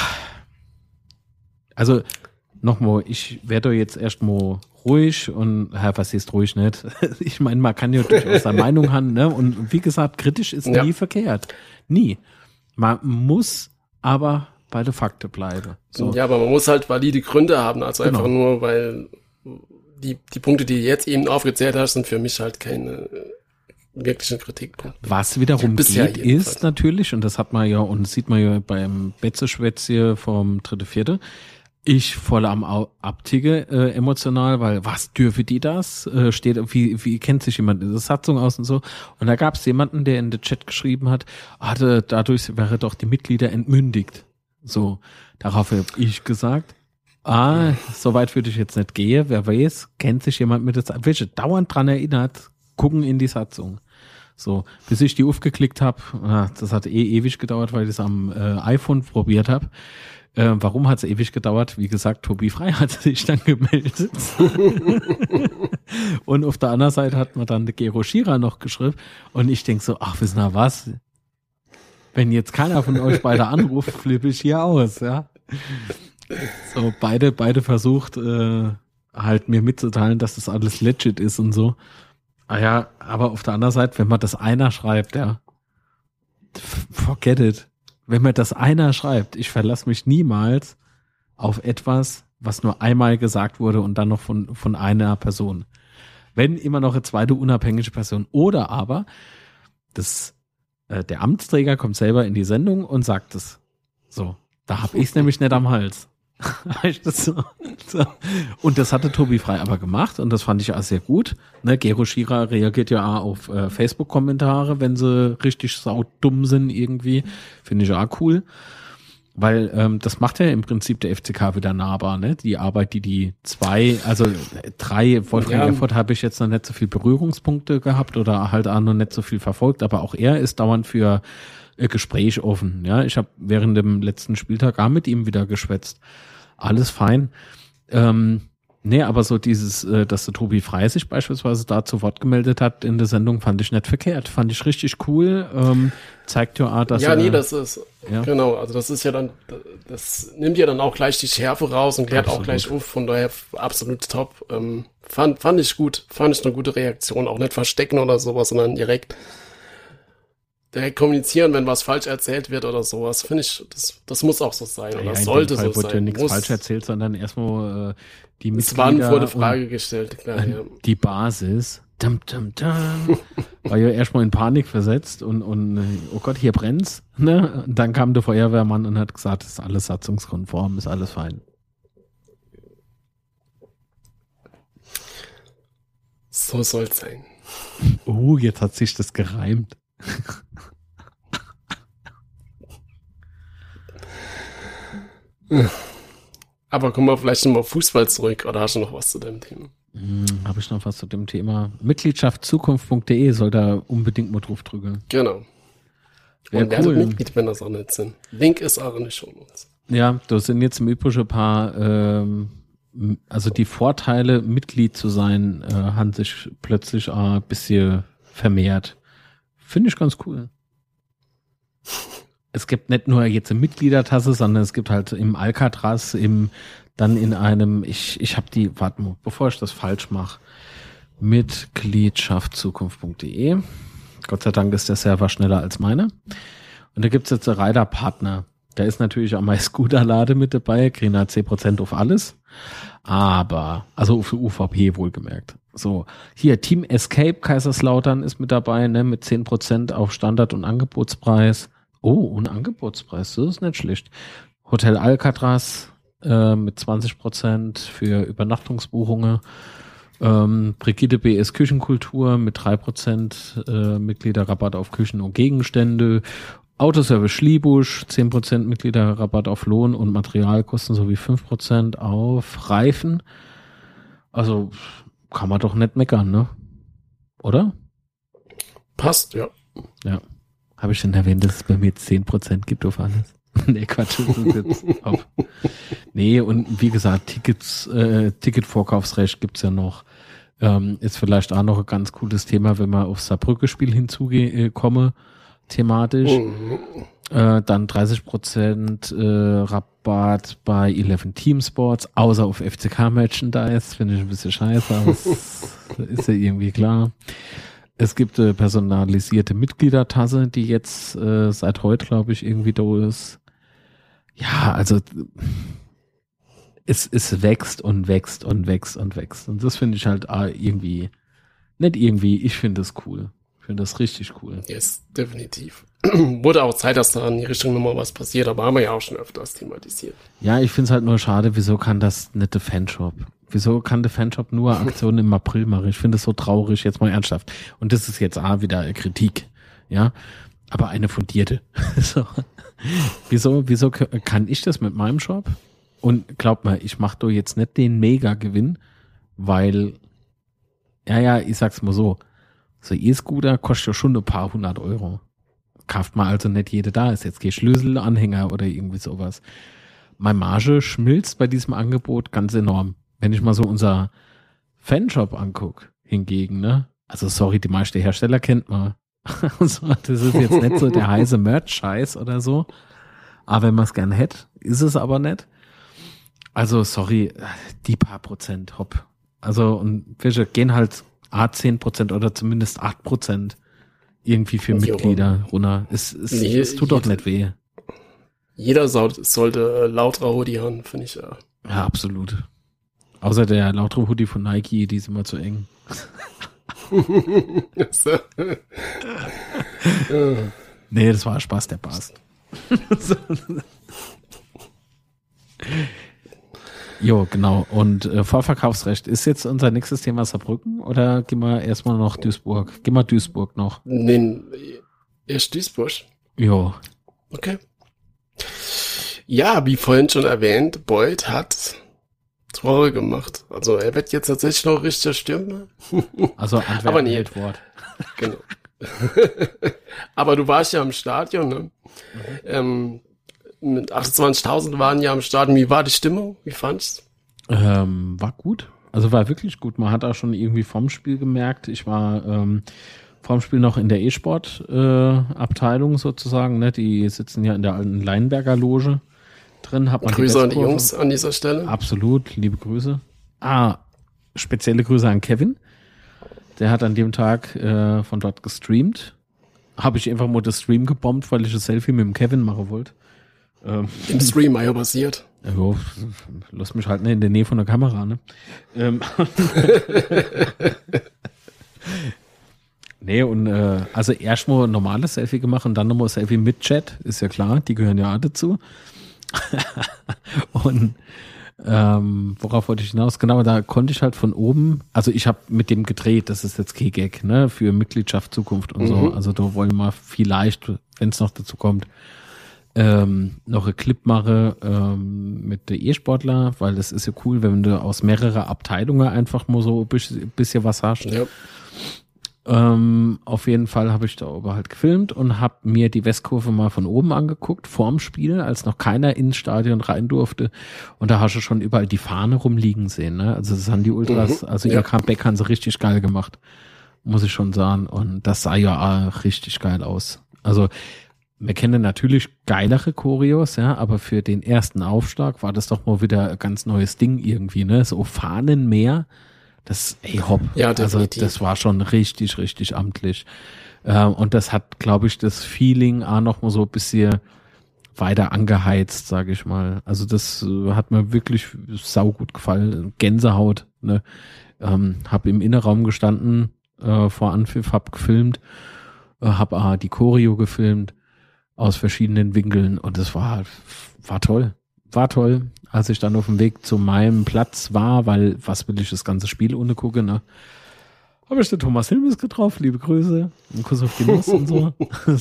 Also, nochmal, ich werde jetzt erstmal ruhig und, ja, was ist ruhig nicht? Ich meine, man kann ja durchaus seine Meinung haben, ne? Und wie gesagt, kritisch ist ja. nie verkehrt. Nie. Man muss aber bei der Fakten bleiben. So. Ja, aber man muss halt valide Gründe haben, also genau. einfach nur, weil die, die Punkte, die du jetzt eben aufgezählt hast, sind für mich halt keine wirklichen Kritikpunkte. Was wiederum Bisher geht, ist natürlich, und das hat man ja, und das sieht man ja beim Betzeschwätz vom dritte Vierte, ich voll am Abtige äh, emotional, weil was dürfe die das? Äh, steht, wie, wie kennt sich jemand in der Satzung aus und so? Und da gab es jemanden, der in den Chat geschrieben hat, hatte dadurch wäre doch die Mitglieder entmündigt. So, darauf habe ich gesagt, ah, so weit würde ich jetzt nicht gehen, wer weiß, kennt sich jemand mit der Satzung, welche dauernd dran erinnert, gucken in die Satzung. So, bis ich die aufgeklickt habe, ah, das hat eh ewig gedauert, weil ich es am äh, iPhone probiert habe. Äh, warum hat es ewig gedauert? Wie gesagt, Tobi Frei hat sich dann gemeldet. Und auf der anderen Seite hat man dann der Gero Schira noch geschrieben. Und ich denke so, ach, wissen wir was? Wenn jetzt keiner von euch beide anruft, flippe ich hier aus, ja. So, beide, beide versucht, äh, halt mir mitzuteilen, dass das alles legit ist und so. Ah ja, aber auf der anderen Seite, wenn man das einer schreibt, ja, forget it. Wenn mir das einer schreibt, ich verlasse mich niemals auf etwas, was nur einmal gesagt wurde und dann noch von, von einer Person. Wenn immer noch eine zweite unabhängige Person. Oder aber das, äh, der Amtsträger kommt selber in die Sendung und sagt es. So, da hab ich's nämlich nicht am Hals. das so? So. Und das hatte Tobi Frei aber gemacht und das fand ich auch sehr gut. Ne, Gero Schira reagiert ja auch auf äh, Facebook-Kommentare, wenn sie richtig saudumm sind irgendwie. Finde ich auch cool. Weil ähm, das macht ja im Prinzip der F C K wieder nahbar, ne? Die Arbeit, die die zwei, also drei, Wolfgang ja. Erfurt habe ich jetzt noch nicht so viel Berührungspunkte gehabt oder halt auch noch nicht so viel verfolgt, aber auch er ist dauernd für äh, Gespräch offen. Ja, ich habe während dem letzten Spieltag auch mit ihm wieder geschwätzt. Alles fein. Ähm, nee, aber so dieses, äh, dass der Tobi Frei sich beispielsweise da zu Wort gemeldet hat in der Sendung, fand ich nicht verkehrt. Fand ich richtig cool. Ähm, zeigt ja auch, dass Ja, er, nee, das ist, ja. genau, also das ist ja dann, das nimmt ja dann auch gleich die Schärfe raus und klärt absolut. Auch gleich auf, von daher absolut top. Ähm, fand, fand ich gut, fand ich eine gute Reaktion, auch nicht verstecken oder sowas, sondern direkt direkt kommunizieren, wenn was falsch erzählt wird oder sowas, finde ich, das, das muss auch so sein, oder ja, sollte so sein. Wurde ja nichts falsch erzählt, sondern erstmal äh, die Mitglieder. Es war vor die Frage gestellt, klar, ja. Die Basis, dum, dum, dum, war ja erstmal in Panik versetzt und, und oh Gott, hier brennt's, ne? Und dann kam der Feuerwehrmann und hat gesagt, ist alles satzungskonform, ist alles fein. So soll's sein. Oh, jetzt hat sich das gereimt. Aber kommen wir vielleicht nochmal auf Fußball zurück, oder hast du noch was zu dem Thema? Hm, habe ich noch was zu dem Thema? Mitgliedschaft zukunft punkt de soll da unbedingt mal drauf drücken. Genau. Und werdet cool. Mitglied, wenn das auch nicht sind. Link ist auch in den Shownotes. Ja, da sind jetzt im Übrigen ein paar ähm, also die Vorteile, Mitglied zu sein, äh, haben sich plötzlich ein bisschen vermehrt. Finde ich ganz cool. Es gibt nicht nur jetzt eine Mitgliedertasse, sondern es gibt halt im Alcatraz, im dann in einem, ich ich habe die, warte mal, bevor ich das falsch mache, Mitgliedschaftzukunft punkt de. Gott sei Dank ist der Server schneller als meine. Und da gibt's jetzt einen Rider-Partner. Da ist natürlich auch mein Scooter-Lade mit dabei, kriegen halt zehn Prozent auf alles. Aber, also für U V P wohlgemerkt. So, hier Team Escape Kaiserslautern ist mit dabei, ne, mit zehn Prozent auf Standard- und Angebotspreis. Oh, und Angebotspreis, das ist nicht schlecht. Hotel Alcatraz äh, mit zwanzig Prozent für Übernachtungsbuchungen. Ähm, Brigitte B S Küchenkultur mit drei Prozent äh, Mitgliederrabatt auf Küchen und Gegenstände. Autoservice Schliebusch, zehn Prozent Mitgliederrabatt auf Lohn und Materialkosten sowie fünf Prozent auf Reifen. Also kann man doch nicht meckern, ne? Oder? Passt, ja. Ja. Habe ich schon erwähnt, dass es bei mir zehn Prozent gibt auf alles? Nee, Quatsch. Das ist jetzt auf. Nee, und wie gesagt, Tickets, äh, Ticketvorkaufsrecht gibt's ja noch. Ähm, ist vielleicht auch noch ein ganz cooles Thema, wenn man auf Saarbrücke-Spiel hinzukomme, äh, thematisch. Mhm. Äh, dann dreißig Prozent äh, Rabatt bei elf Team Sports, außer auf F C K-Merchandise. Finde ich ein bisschen scheiße, aber es ist ja irgendwie klar. Es gibt äh, personalisierte Mitgliedertasse, die jetzt äh, seit heute, glaube ich, irgendwie da ist. Ja, also es, es wächst und wächst und wächst und wächst. Und das finde ich halt ah, irgendwie, nicht irgendwie, ich finde das cool. Ich finde das richtig cool. Yes, definitiv. Wurde auch Zeit, dass da in die Richtung nochmal was passiert, aber haben wir ja auch schon öfters thematisiert. Ja, ich finde es halt nur schade, wieso kann das nicht der Fanshop? Wieso kann der Fanshop nur Aktionen im April machen? Ich finde es so traurig, jetzt mal ernsthaft. Und das ist jetzt auch wieder eine Kritik, ja, aber eine fundierte. So. Wieso, wieso kann ich das mit meinem Shop? Und glaub mal, ich mache doch jetzt nicht den Mega-Gewinn, weil, ja, ja, ich sag's mal so, so E-Scooter kostet ja schon ein paar hundert Euro. Kauft man also nicht jede da, ist jetzt kein Schlüsselanhänger oder irgendwie sowas. Meine Marge schmilzt bei diesem Angebot ganz enorm. Wenn ich mal so unser Fanshop angucke, hingegen, ne? Also sorry, die meisten Hersteller kennt man. Also, das ist jetzt nicht so der heiße Merch-Scheiß oder so. Aber wenn man es gern hätte, ist es aber nicht. Also sorry, die paar Prozent, hopp. Also und wir gehen halt A zehn Prozent oder zumindest acht Prozent irgendwie für Mitglieder runter. Es, es, nee, es tut doch nicht weh. Jeder sollte lauter Hoodie haben, finde ich ja. Ja, absolut. Außer der lautere Hoodie von Nike, die ist immer zu eng. Nee, das war Spaß, der passt. Jo, genau. Und äh, Vorverkaufsrecht. Ist jetzt unser nächstes Thema Saarbrücken oder gehen wir erstmal noch Duisburg? Gehen wir Duisburg noch? Nee, erst Duisburg. Jo. Okay. Ja, wie vorhin schon erwähnt, Beuth hat Tore gemacht. Also er wird jetzt tatsächlich noch richtiger Stürmer. Also Antwerpen aber nee. Hält Wort. Genau. Aber du warst ja im Stadion, ne? Mhm. Ähm, mit achtundzwanzigtausend waren ja am Stadion. Wie war die Stimmung? Wie fandest du? Ähm, war gut. Also war wirklich gut. Man hat auch schon irgendwie vom Spiel gemerkt. Ich war ähm, vorm Spiel noch in der E-Sport-Abteilung äh, sozusagen. Ne? Die sitzen ja in der alten Leinberger Loge drin. Hat man Grüße an die Jungs an dieser Stelle. Absolut, liebe Grüße. Ah, spezielle Grüße an Kevin. Der hat an dem Tag äh, von dort gestreamt. Habe ich einfach mal das Stream gebombt, weil ich ein Selfie mit dem Kevin machen wollte. Ähm, Im Stream ja passiert. Jo, lass mich halt ne, in der Nähe von der Kamera, ne? Ähm, nee, und äh, also erstmal ein normales Selfie gemacht und dann nochmal ein Selfie mit Chat, ist ja klar, die gehören ja auch dazu. Und ähm, worauf wollte ich hinaus? Genau, da konnte ich halt von oben, also ich habe mit dem gedreht, das ist jetzt kein Gag, ne, für Mitgliedschaft, Zukunft und mhm. so, also da wollen wir vielleicht, wenn es noch dazu kommt, ähm, noch ein Clip mache ähm, mit der E-Sportler, weil das ist ja cool, wenn du aus mehreren Abteilungen einfach mal so ein bisschen, bisschen was hast. Ja. Ähm, auf jeden Fall habe ich da oben halt gefilmt und habe mir die Westkurve mal von oben angeguckt, vorm Spiel, als noch keiner ins Stadion rein durfte. Und da hast du schon überall die Fahne rumliegen sehen, ne? Also das haben die Ultras, mhm, also ja. ihr Comeback haben sie richtig geil gemacht, muss ich schon sagen. Und das sah ja auch richtig geil aus. Also wir kennen natürlich geilere Choreos, ja, aber für den ersten Aufschlag war das doch mal wieder ein ganz neues Ding irgendwie, ne? So Fahnenmeer. Das, ey, hopp. Ja, definitiv. Also das war schon richtig, richtig amtlich. Äh, und das hat, glaube ich, das Feeling auch noch mal so ein bisschen weiter angeheizt, sage ich mal. Also das äh, hat mir wirklich saugut gefallen. Gänsehaut, ne? Ähm, hab im Innenraum gestanden, äh, vor Anpfiff, hab gefilmt, äh, hab auch die Choreo gefilmt aus verschiedenen Winkeln und das war, war toll. War toll, als ich dann auf dem Weg zu meinem Platz war, weil was will ich das ganze Spiel ohne gucken, ne? Habe ich den Thomas Hilmes getroffen, liebe Grüße, einen Kuss auf die Nuss und so.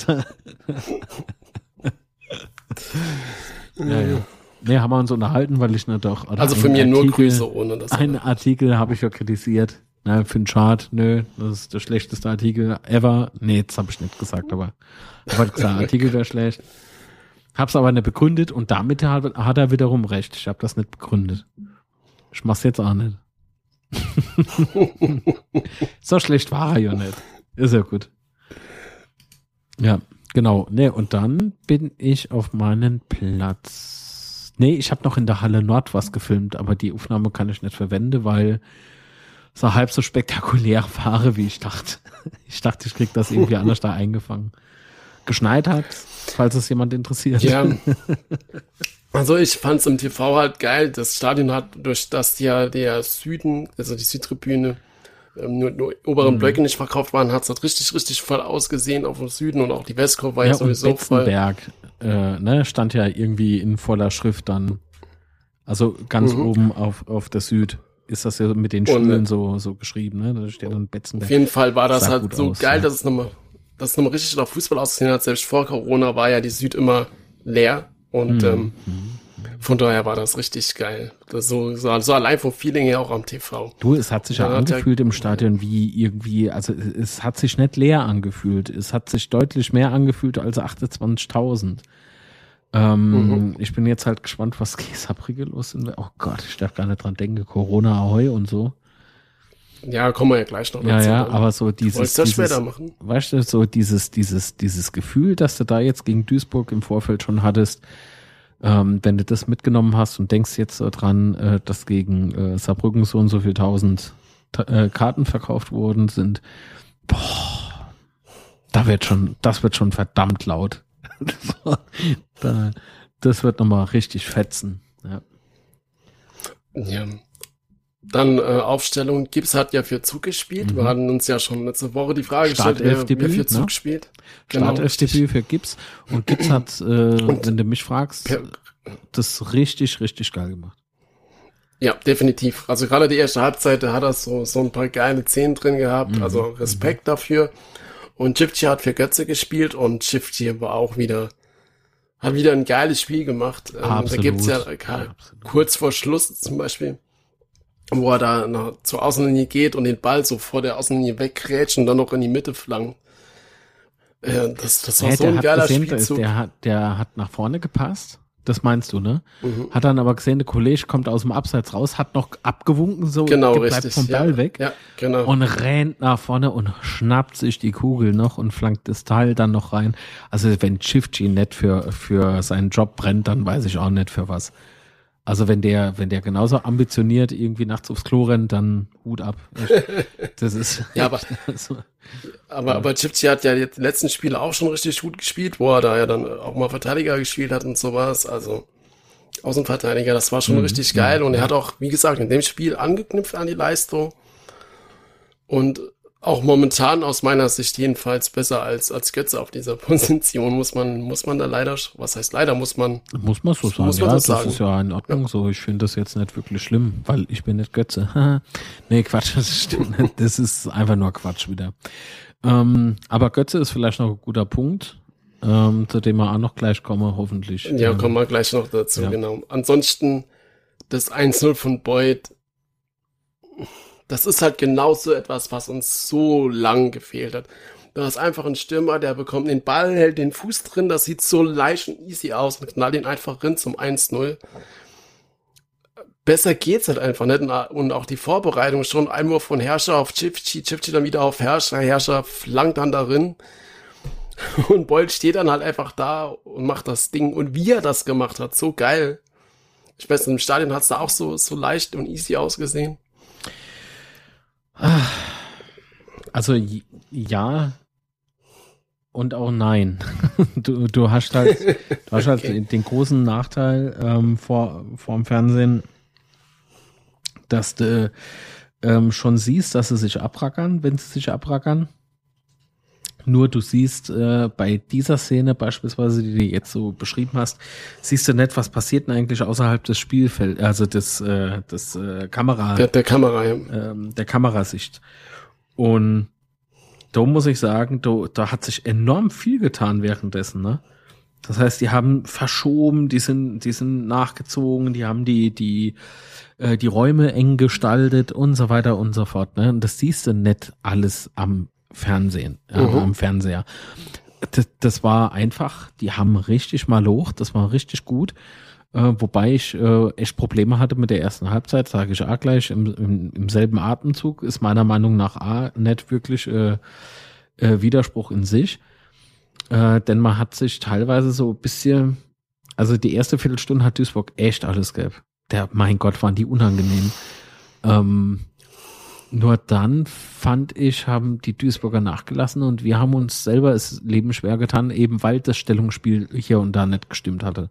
ja, ja. Nee, haben wir uns unterhalten, weil ich nicht doch. Also für mir nur Grüße ohne das. Einen Artikel habe ich ja kritisiert. Na, für den Chart, nö, das ist der schlechteste Artikel ever. Nee, jetzt habe ich nicht gesagt, aber ich wollte gesagt, Artikel wäre schlecht. Hab's aber nicht begründet und damit hat, hat er wiederum recht. Ich habe das nicht begründet. Ich mach's jetzt auch nicht. So schlecht war er ja nicht. Ist ja gut. Ja, genau. Nee, und dann bin ich auf meinen Platz. Nee, ich habe noch in der Halle Nord was gefilmt, aber die Aufnahme kann ich nicht verwenden, weil so halb so spektakulär war, wie ich dachte. Ich dachte, ich krieg das irgendwie anders da eingefangen. Geschneit hat, falls es jemand interessiert. Ja, also ich fand's im T V halt geil. Das Stadion hat, durch das ja der Süden, also die Südtribüne, ähm, nur, nur oberen mhm. Blöcke nicht verkauft waren, hat's halt richtig, richtig voll ausgesehen auf dem Süden und auch die Westkurve war ja, ja sowieso und Betzenberg, voll. Äh, ne, stand ja irgendwie in voller Schrift dann, also ganz mhm. oben auf, auf der Süd. Ist das ja mit den Schulen so, so geschrieben, ne? Da steht dann Betzenberg. Auf jeden Fall war das halt so aus, geil, ja. dass es nochmal dass es nochmal richtig auf Fußball ausgesehen hat. Selbst vor Corona war ja die Süd immer leer und mhm. ähm, von daher war das richtig geil. Das so, so, so allein vom Feeling her auch am T V. Du, es hat sich ja, ja angefühlt ja, im Stadion wie irgendwie, also es hat sich nicht leer angefühlt. Es hat sich deutlich mehr angefühlt als achtundzwanzigtausend. Ähm, mhm. Ich bin jetzt halt gespannt, was Käsabrige los ist. Oh Gott, ich darf gar nicht dran denken. Corona, Ahoi und so. Ja, kommen wir ja gleich noch dazu. Ja, ja, dann. Aber so dieses, Wolltest du das dieses später machen? Weißt du, so dieses, dieses, dieses Gefühl, dass du da jetzt gegen Duisburg im Vorfeld schon hattest, ähm, wenn du das mitgenommen hast und denkst jetzt so dran, äh, dass gegen äh, Saarbrücken so und so viel tausend äh, Karten verkauft worden sind, boah, da wird schon, das wird schon verdammt laut. da, das wird nochmal richtig fetzen. Ja. Ja. Dann äh, Aufstellung. Gibbs hat ja für Zug gespielt. Mhm. Wir hatten uns ja schon letzte Woche die Frage gestellt, wer, wer für Zug ne? spielt. Genau. Startelfdebüt für Gibbs. Und Gibbs hat, äh, und wenn du mich fragst, per, das richtig, richtig geil gemacht. Ja, definitiv. Also gerade die erste Halbzeit, da hat er so, so ein paar geile Szenen drin gehabt. Mhm. Also Respekt mhm. dafür. Und Chifchi hat für Götze gespielt und Chifchi war auch wieder, hat wieder ein geiles Spiel gemacht. Ähm, da gibt's ja äh, kurz vor Schluss zum Beispiel, wo er da nach, zur Außenlinie geht und den Ball so vor der Außenlinie weggrätscht und dann noch in die Mitte flankt. Äh, das, das war hey, so ein geiler gesehen, Spielzug. Der hat, der hat nach vorne gepasst. Das meinst du, ne? Mhm. Hat dann aber gesehen, der Kollege kommt aus dem Abseits raus, hat noch abgewunken, so genau, bleibt richtig. vom Ball ja, weg ja, genau. und rennt nach vorne und schnappt sich die Kugel noch und flankt das Teil dann noch rein. Also wenn Chifchi nicht für, für seinen Job brennt, dann weiß ich auch nicht für was. Also wenn der, wenn der genauso ambitioniert irgendwie nachts aufs Klo rennt, dann Hut ab. Das ist ja, aber, also, aber, ja. aber Chifchi hat ja die letzten Spiele auch schon richtig gut gespielt, wo er da ja dann auch mal Verteidiger gespielt hat und sowas. Also Außenverteidiger, das war schon mhm. richtig geil. Mhm. Und er hat auch, wie gesagt, in dem Spiel angeknüpft an die Leistung. Und auch momentan aus meiner Sicht jedenfalls besser als als Götze auf dieser Position, muss man muss man da leider, was heißt leider, muss man muss man so sagen, muss man ja, das sagen. Ist ja in Ordnung ja. so, ich finde das jetzt nicht wirklich schlimm, weil ich bin nicht Götze. Nee, Quatsch, das stimmt nicht, das ist einfach nur Quatsch wieder. Ähm, aber Götze ist vielleicht noch ein guter Punkt, ähm, zu dem wir auch noch gleich kommen, hoffentlich. Ja, ähm, kommen wir gleich noch dazu, ja. genau. Ansonsten das eins null von Boyd, das ist halt genau so etwas, was uns so lang gefehlt hat. Du hast einfach einen Stürmer, der bekommt den Ball, hält den Fuß drin, das sieht so leicht und easy aus und knallt ihn einfach rein zum eins null. Besser geht's halt einfach nicht. Und auch die Vorbereitung schon, Einwurf von Herrscher auf Cifci, Cifci dann wieder auf Herrscher, Herrscher flankt dann darin. Und Boyd steht dann halt einfach da und macht das Ding. Und wie er das gemacht hat, so geil. Ich weiß, im Stadion hat's da auch so, so leicht und easy ausgesehen. Also ja und auch nein. Du, du hast halt, du hast halt okay. den großen Nachteil ähm, vor, vor dem Fernsehen, dass du ähm, schon siehst, dass sie sich abrackern, wenn sie sich abrackern. Nur du siehst äh, bei dieser Szene beispielsweise, die du jetzt so beschrieben hast, siehst du nicht, was passiert denn eigentlich außerhalb des Spielfelds, also des, äh, des äh, Kamera, der, der Kamera, ja. ähm, der Kamerasicht. Und da muss ich sagen, da, da hat sich enorm viel getan währenddessen, ne? Das heißt, die haben verschoben, die sind, die sind nachgezogen, die haben die, die, äh, die Räume eng gestaltet und so weiter und so fort, ne? Und das siehst du nicht alles am Fernsehen, äh, mhm. am Fernseher. Das, das war einfach, die haben richtig mal hoch, das war richtig gut. Äh, wobei ich äh, echt Probleme hatte mit der ersten Halbzeit, sage ich auch gleich, im, im, im selben Atemzug ist meiner Meinung nach A, nicht wirklich äh, äh, Widerspruch in sich, äh, denn man hat sich teilweise so ein bisschen, also die erste Viertelstunde hat Duisburg echt alles gehabt. Der, mein Gott, waren die unangenehm. Ähm, nur dann, fand ich, haben die Duisburger nachgelassen und wir haben uns selber das Leben schwer getan, eben weil das Stellungsspiel hier und da nicht gestimmt hatte.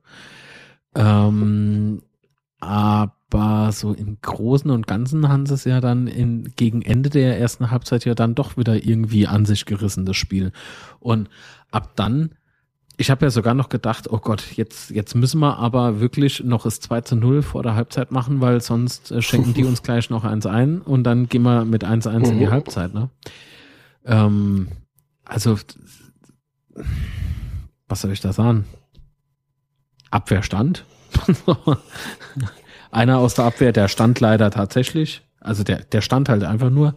Ähm, aber so im Großen und Ganzen haben sie es ja dann in, gegen Ende der ersten Halbzeit ja dann doch wieder irgendwie an sich gerissen, das Spiel. Und ab dann, ich habe ja sogar noch gedacht, oh Gott, jetzt, jetzt müssen wir aber wirklich noch das zwei zu null vor der Halbzeit machen, weil sonst äh, schenken die uns gleich noch eins ein und dann gehen wir mit eins eins in die Halbzeit, ne? Ähm, also, was soll ich da sagen? Abwehrstand. Einer aus der Abwehr, der stand leider tatsächlich. Also der, der stand halt einfach nur.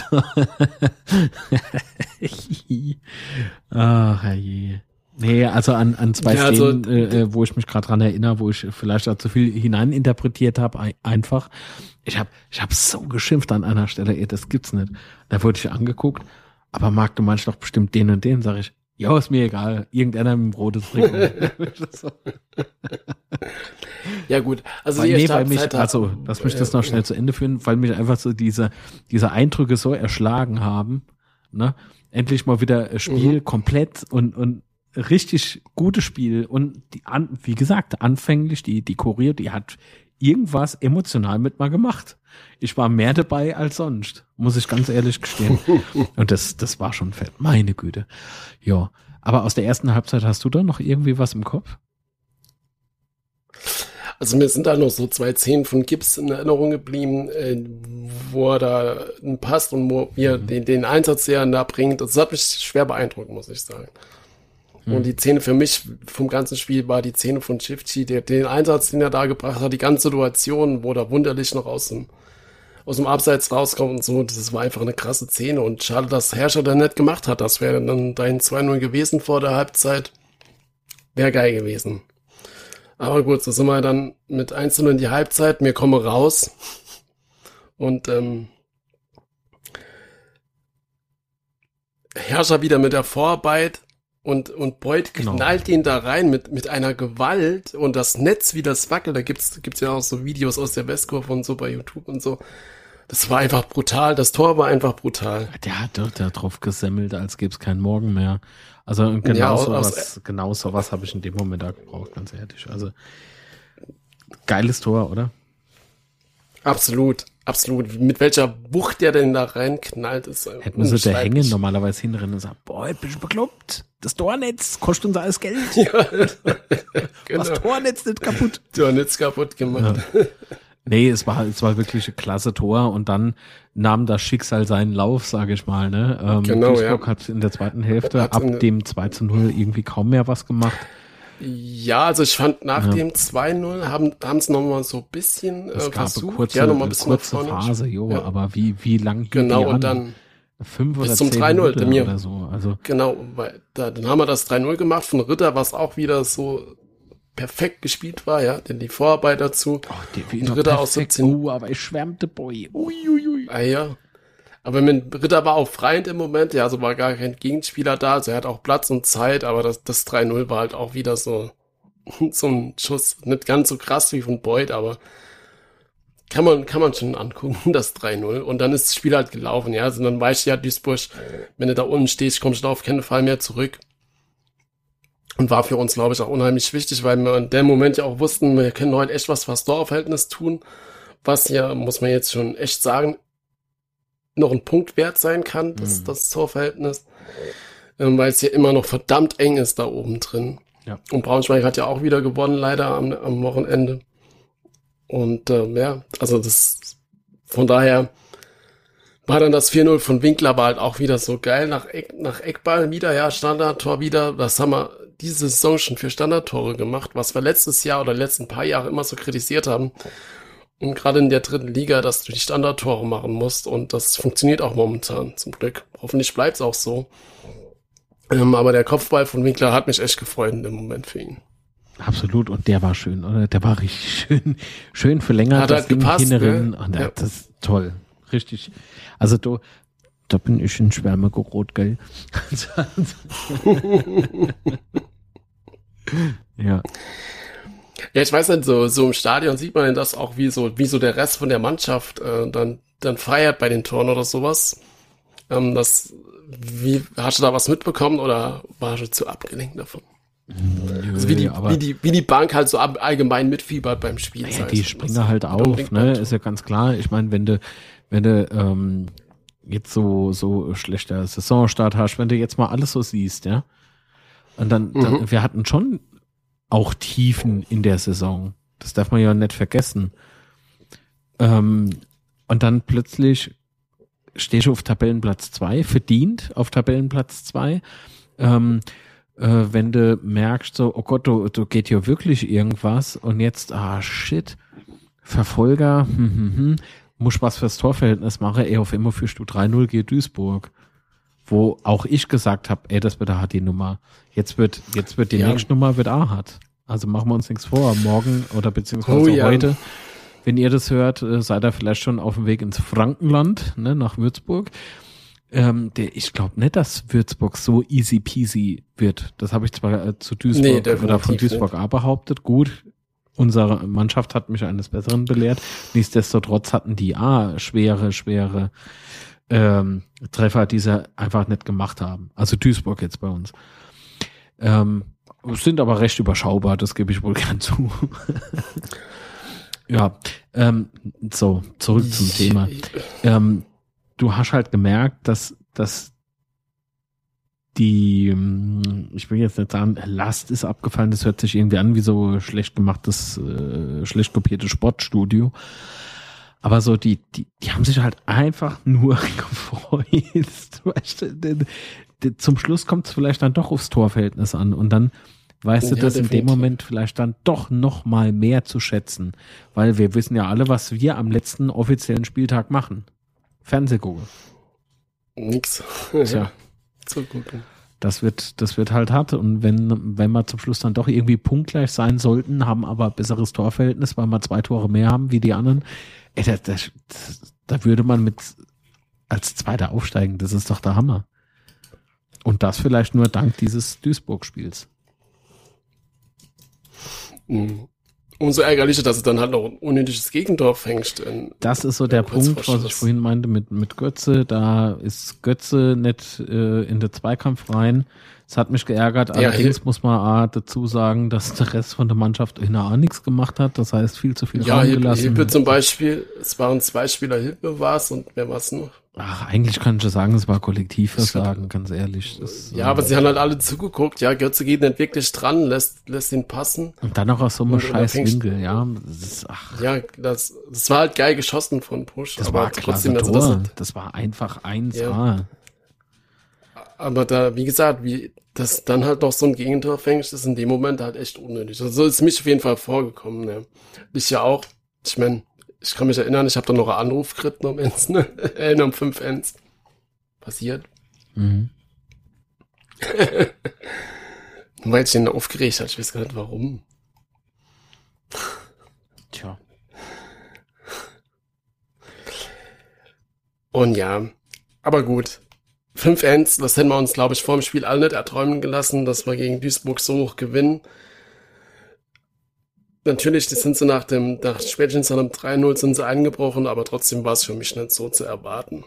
Ach, herrje. Nee, also an, an zwei ja, Szenen, also, äh, wo ich mich gerade dran erinnere, wo ich vielleicht da zu viel hineininterpretiert habe, ein, einfach. Ich habe ich hab so geschimpft an einer Stelle, ey, das gibt's nicht. Da wurde ich angeguckt, aber Marc, du meinst doch bestimmt den und den, sag ich. Ja, ist mir egal. Irgendeiner mit dem rotes Trikot. Ja gut, also weil, die nee, weil mich, hat, also lass mich das noch schnell zu Ende führen, weil mich einfach so diese diese Eindrücke so erschlagen haben, ne? Endlich mal wieder ein Spiel mhm. komplett und und richtig gutes Spiel und die an, wie gesagt, anfänglich die die Kurier, die hat irgendwas emotional mit mal gemacht. Ich war mehr dabei als sonst, muss ich ganz ehrlich gestehen. Und das das war schon fett, meine Güte. Ja, aber aus der ersten Halbzeit hast du da noch irgendwie was im Kopf? Also mir sind da noch so zwei Szenen von Gibbs in Erinnerung geblieben, äh, wo er da passt und wo mir mhm. den, den Einsatz, der er da bringt, das hat mich schwer beeindruckt, muss ich sagen. Mhm. Und die Szene für mich vom ganzen Spiel war die Szene von Cifci, der den Einsatz, den er da gebracht hat, die ganze Situation, wo er wunderlich noch aus dem aus dem Abseits rauskommt und so, das war einfach eine krasse Szene und schade, dass Herrscher da nicht gemacht hat, das wäre dann dein zwei null gewesen vor der Halbzeit, wäre geil gewesen. Aber gut, so sind wir dann mit eins zu null in die Halbzeit, wir kommen raus und ähm, Herrscher wieder mit der Vorarbeit und und Boyd knallt genau. ihn da rein mit mit einer Gewalt und das Netz, wie das wackelt, da gibt's gibt's ja auch so Videos aus der Westkurve und so bei YouTube und so. Das war einfach brutal, das Tor war einfach brutal. Der hat doch da drauf gesemmelt, als gäbe es keinen Morgen mehr. Also genau ja, sowas, genau sowas habe ich in dem Moment da gebraucht, ganz ehrlich. Also geiles Tor, oder? Absolut, absolut. Mit welcher Wucht der denn da reinknallt, ist hätten wir so der Hängen normalerweise hinrennen und sagen, boah, ich bin bekloppt. Das Tornetz kostet uns alles Geld. Ja, genau. Das Tornetz nicht kaputt. Tornetz kaputt gemacht. Ja. Nee, es war, es war wirklich ein klasse Tor und dann nahm das Schicksal seinen Lauf, sage ich mal. Ne? Ähm, genau, Duisburg ja. hat in der zweiten Hälfte hat ab dem zwei zu null irgendwie kaum mehr was gemacht. Ja, also ich fand nach Ja. dem zwei null haben haben es nochmal so ein bisschen Es äh, gab eine versucht. kurze, Ja, noch mal ein eine bisschen nach kurze vorne. Phase, jo, Ja. aber wie, wie lang hielt Genau, die und an? dann Fünf bis oder zum zehn drei null. Minuten Mir- oder so. Also, Genau, weil da, dann haben wir das drei null gemacht von Ritter, was auch wieder so perfekt gespielt war, ja, denn die Vorarbeit dazu. oh, die, wie Und noch Ritter aus perfekt. siebzehn. Oh, aber ich schwärmte, boy. Uiuiui. Ah, ja. Aber mit Ritter war auch freiend im Moment, ja, also war gar kein Gegenspieler da, also er hat auch Platz und Zeit, aber das, das drei null war halt auch wieder so, so ein Schuss, nicht ganz so krass wie von Boyd, aber kann man, kann man schon angucken, das drei null. Und dann ist das Spiel halt gelaufen, ja, also dann weißt du ja, Duisburg, wenn du da unten stehst, kommst du da auf keinen Fall mehr zurück. Und war für uns, glaube ich, auch unheimlich wichtig, weil wir in dem Moment ja auch wussten, wir können heute echt was fürs Torverhältnis tun, was ja, muss man jetzt schon echt sagen, noch ein Punkt wert sein kann, das, Mhm. das Torverhältnis, ähm, weil es ja immer noch verdammt eng ist da oben drin. Ja. Und Braunschweig hat ja auch wieder gewonnen, leider am, am Wochenende. Und ähm, ja, also das, von daher war dann das vier null von Winkler, war halt auch wieder so geil, nach, Eck, nach Eckball wieder, ja, Standardtor wieder, das haben wir diese Saison schon für Standardtore gemacht, was wir letztes Jahr oder letzten paar Jahre immer so kritisiert haben. Und gerade in der dritten Liga, dass du die Standardtore machen musst. Und das funktioniert auch momentan, zum Glück. Hoffentlich bleibt's auch so. Ähm, aber der Kopfball von Winkler hat mich echt gefreut in dem Moment für ihn. Absolut, und der war schön, oder? Der war richtig schön, schön verlängert, Hat das halt Ding gepasst, hinein, ne? und Ja. das ist toll, richtig. Also du, da bin ich in Schwärme gerot, gell? Ja, Ja, ich weiß nicht, so, so im Stadion sieht man denn das auch, wie so, wie so der Rest von der Mannschaft äh, dann, dann feiert bei den Toren oder sowas. Ähm, das, wie, hast du da was mitbekommen oder warst du zu abgelenkt davon? Also wie die, aber wie die, wie die Bank halt so ab, allgemein mitfiebert beim Spiel. ja, die springen halt auf, ne? Ist ja ganz klar. Ich meine, wenn du, wenn du ähm, jetzt so so schlechter Saisonstart hast, wenn du jetzt mal alles so siehst, ja, und dann, dann Mhm. wir hatten schon auch Tiefen in der Saison. Das darf man ja nicht vergessen. Ähm, und dann plötzlich stehst du auf Tabellenplatz zwei, verdient auf Tabellenplatz zwei. Ähm, äh, wenn du merkst, so, oh Gott, du, du geht hier wirklich irgendwas und jetzt, ah shit, Verfolger, hm, hm, hm, muss was fürs Torverhältnis machen, ey, auf immer führst du drei null gegen Duisburg. Wo auch ich gesagt habe, ey, das wird eine harte Nummer. Jetzt wird, jetzt wird die Ja. nächste Nummer wird auch hart. Also machen wir uns nichts vor. Morgen oder beziehungsweise Oh ja. heute, wenn ihr das hört, äh, seid ihr vielleicht schon auf dem Weg ins Frankenland, ne, nach Würzburg. Ähm, der, ich glaube nicht, dass Würzburg so easy peasy wird. Das habe ich zwar äh, zu Nee, Duisburg definitiv oder von Duisburg auch behauptet. Gut, unsere Mannschaft hat mich eines Besseren belehrt. Nichtsdestotrotz hatten die ah, schwere, schwere ähm, Treffer, die sie einfach nicht gemacht haben. Also Duisburg jetzt bei uns. Ähm, sind aber recht überschaubar, das gebe ich wohl gern zu. Ja, ähm, so, zurück zum Thema. Ähm, du hast halt gemerkt, dass, dass die, ähm, ich will jetzt nicht sagen, Last ist abgefallen, das hört sich irgendwie an wie so schlecht gemachtes, äh, schlecht kopiertes Sportstudio. Aber so, die, die, die haben sich halt einfach nur gefreut. Weißt du, die, die, zum Schluss kommt es vielleicht dann doch aufs Torverhältnis an und dann weißt du Ja, das in dem definitiv. Moment vielleicht dann doch noch mal mehr zu schätzen. Weil wir wissen ja alle, was wir am letzten offiziellen Spieltag machen. Fernseh gucken. Nix. Tja. Zugucken. Das wird, das wird halt hart. Und wenn, wenn wir zum Schluss dann doch irgendwie punktgleich sein sollten, haben aber besseres Torverhältnis, weil wir zwei Tore mehr haben wie die anderen, ey, da, da, da würde man mit als Zweiter aufsteigen. Das ist doch der Hammer. Und das vielleicht nur dank dieses Duisburg-Spiels. Mhm. Umso ärgerlicher, dass es dann halt noch ein unnötiges Gegentor fängst. In, Das ist so der kurz Punkt, vor was ich Schluss. vorhin meinte mit, mit Götze. Da ist Götze nicht äh, in den Zweikampf rein. Das hat mich geärgert. Ja, Allerdings Hil- muss man auch dazu sagen, dass der Rest von der Mannschaft in auch nichts gemacht hat. Das heißt, viel zu viel Ja, Raum Hilfe, gelassen. Hilfe zum Beispiel, es waren zwei Spieler, Hilfe war es und wer war es noch? Ach, eigentlich kann ich ja sagen, es war Kollektivversagen, ganz ehrlich. Das, Ja, aber sie haben halt alle zugeguckt, ja, Götze geht nicht wirklich dran, lässt, lässt ihn passen. und dann noch aus so einem Und du scheiß fängst- Winkel, ja. Das, ist, ach, Ja, das, das war halt geil geschossen von Push. das aber war klasse trotzdem, also Tor. das, Das, war einfach eins Ja. A. aber da, wie gesagt, wie das dann halt noch so ein Gegentor fängst, ist in dem Moment halt echt unnötig. Also so ist mich auf jeden Fall vorgekommen. Ne? Ich ja auch. Ich meine, ich kann mich erinnern, ich habe da noch einen Anruf gekriegt um Ends, ne? äh, um fünf Ends. Passiert. Mhm. Weil ich den aufgeregt habe. Ich weiß gar nicht, warum. Tja. Und ja, aber gut. Fünf Ends, das hätten wir uns, glaube ich, vor dem Spiel alle nicht erträumen gelassen, dass wir gegen Duisburg so hoch gewinnen. Natürlich, die sind sie nach dem, nach spätestens nach dem drei null sind sie eingebrochen, aber trotzdem war es für mich nicht so zu erwarten.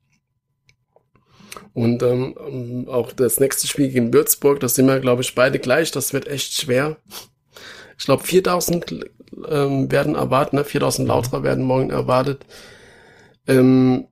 Und ähm, auch das nächste Spiel gegen Würzburg, das sind wir, glaube ich, beide gleich, das wird echt schwer. Ich glaube, viertausend ähm, werden erwartet, ne? viertausend Lauterer werden morgen erwartet. Ähm,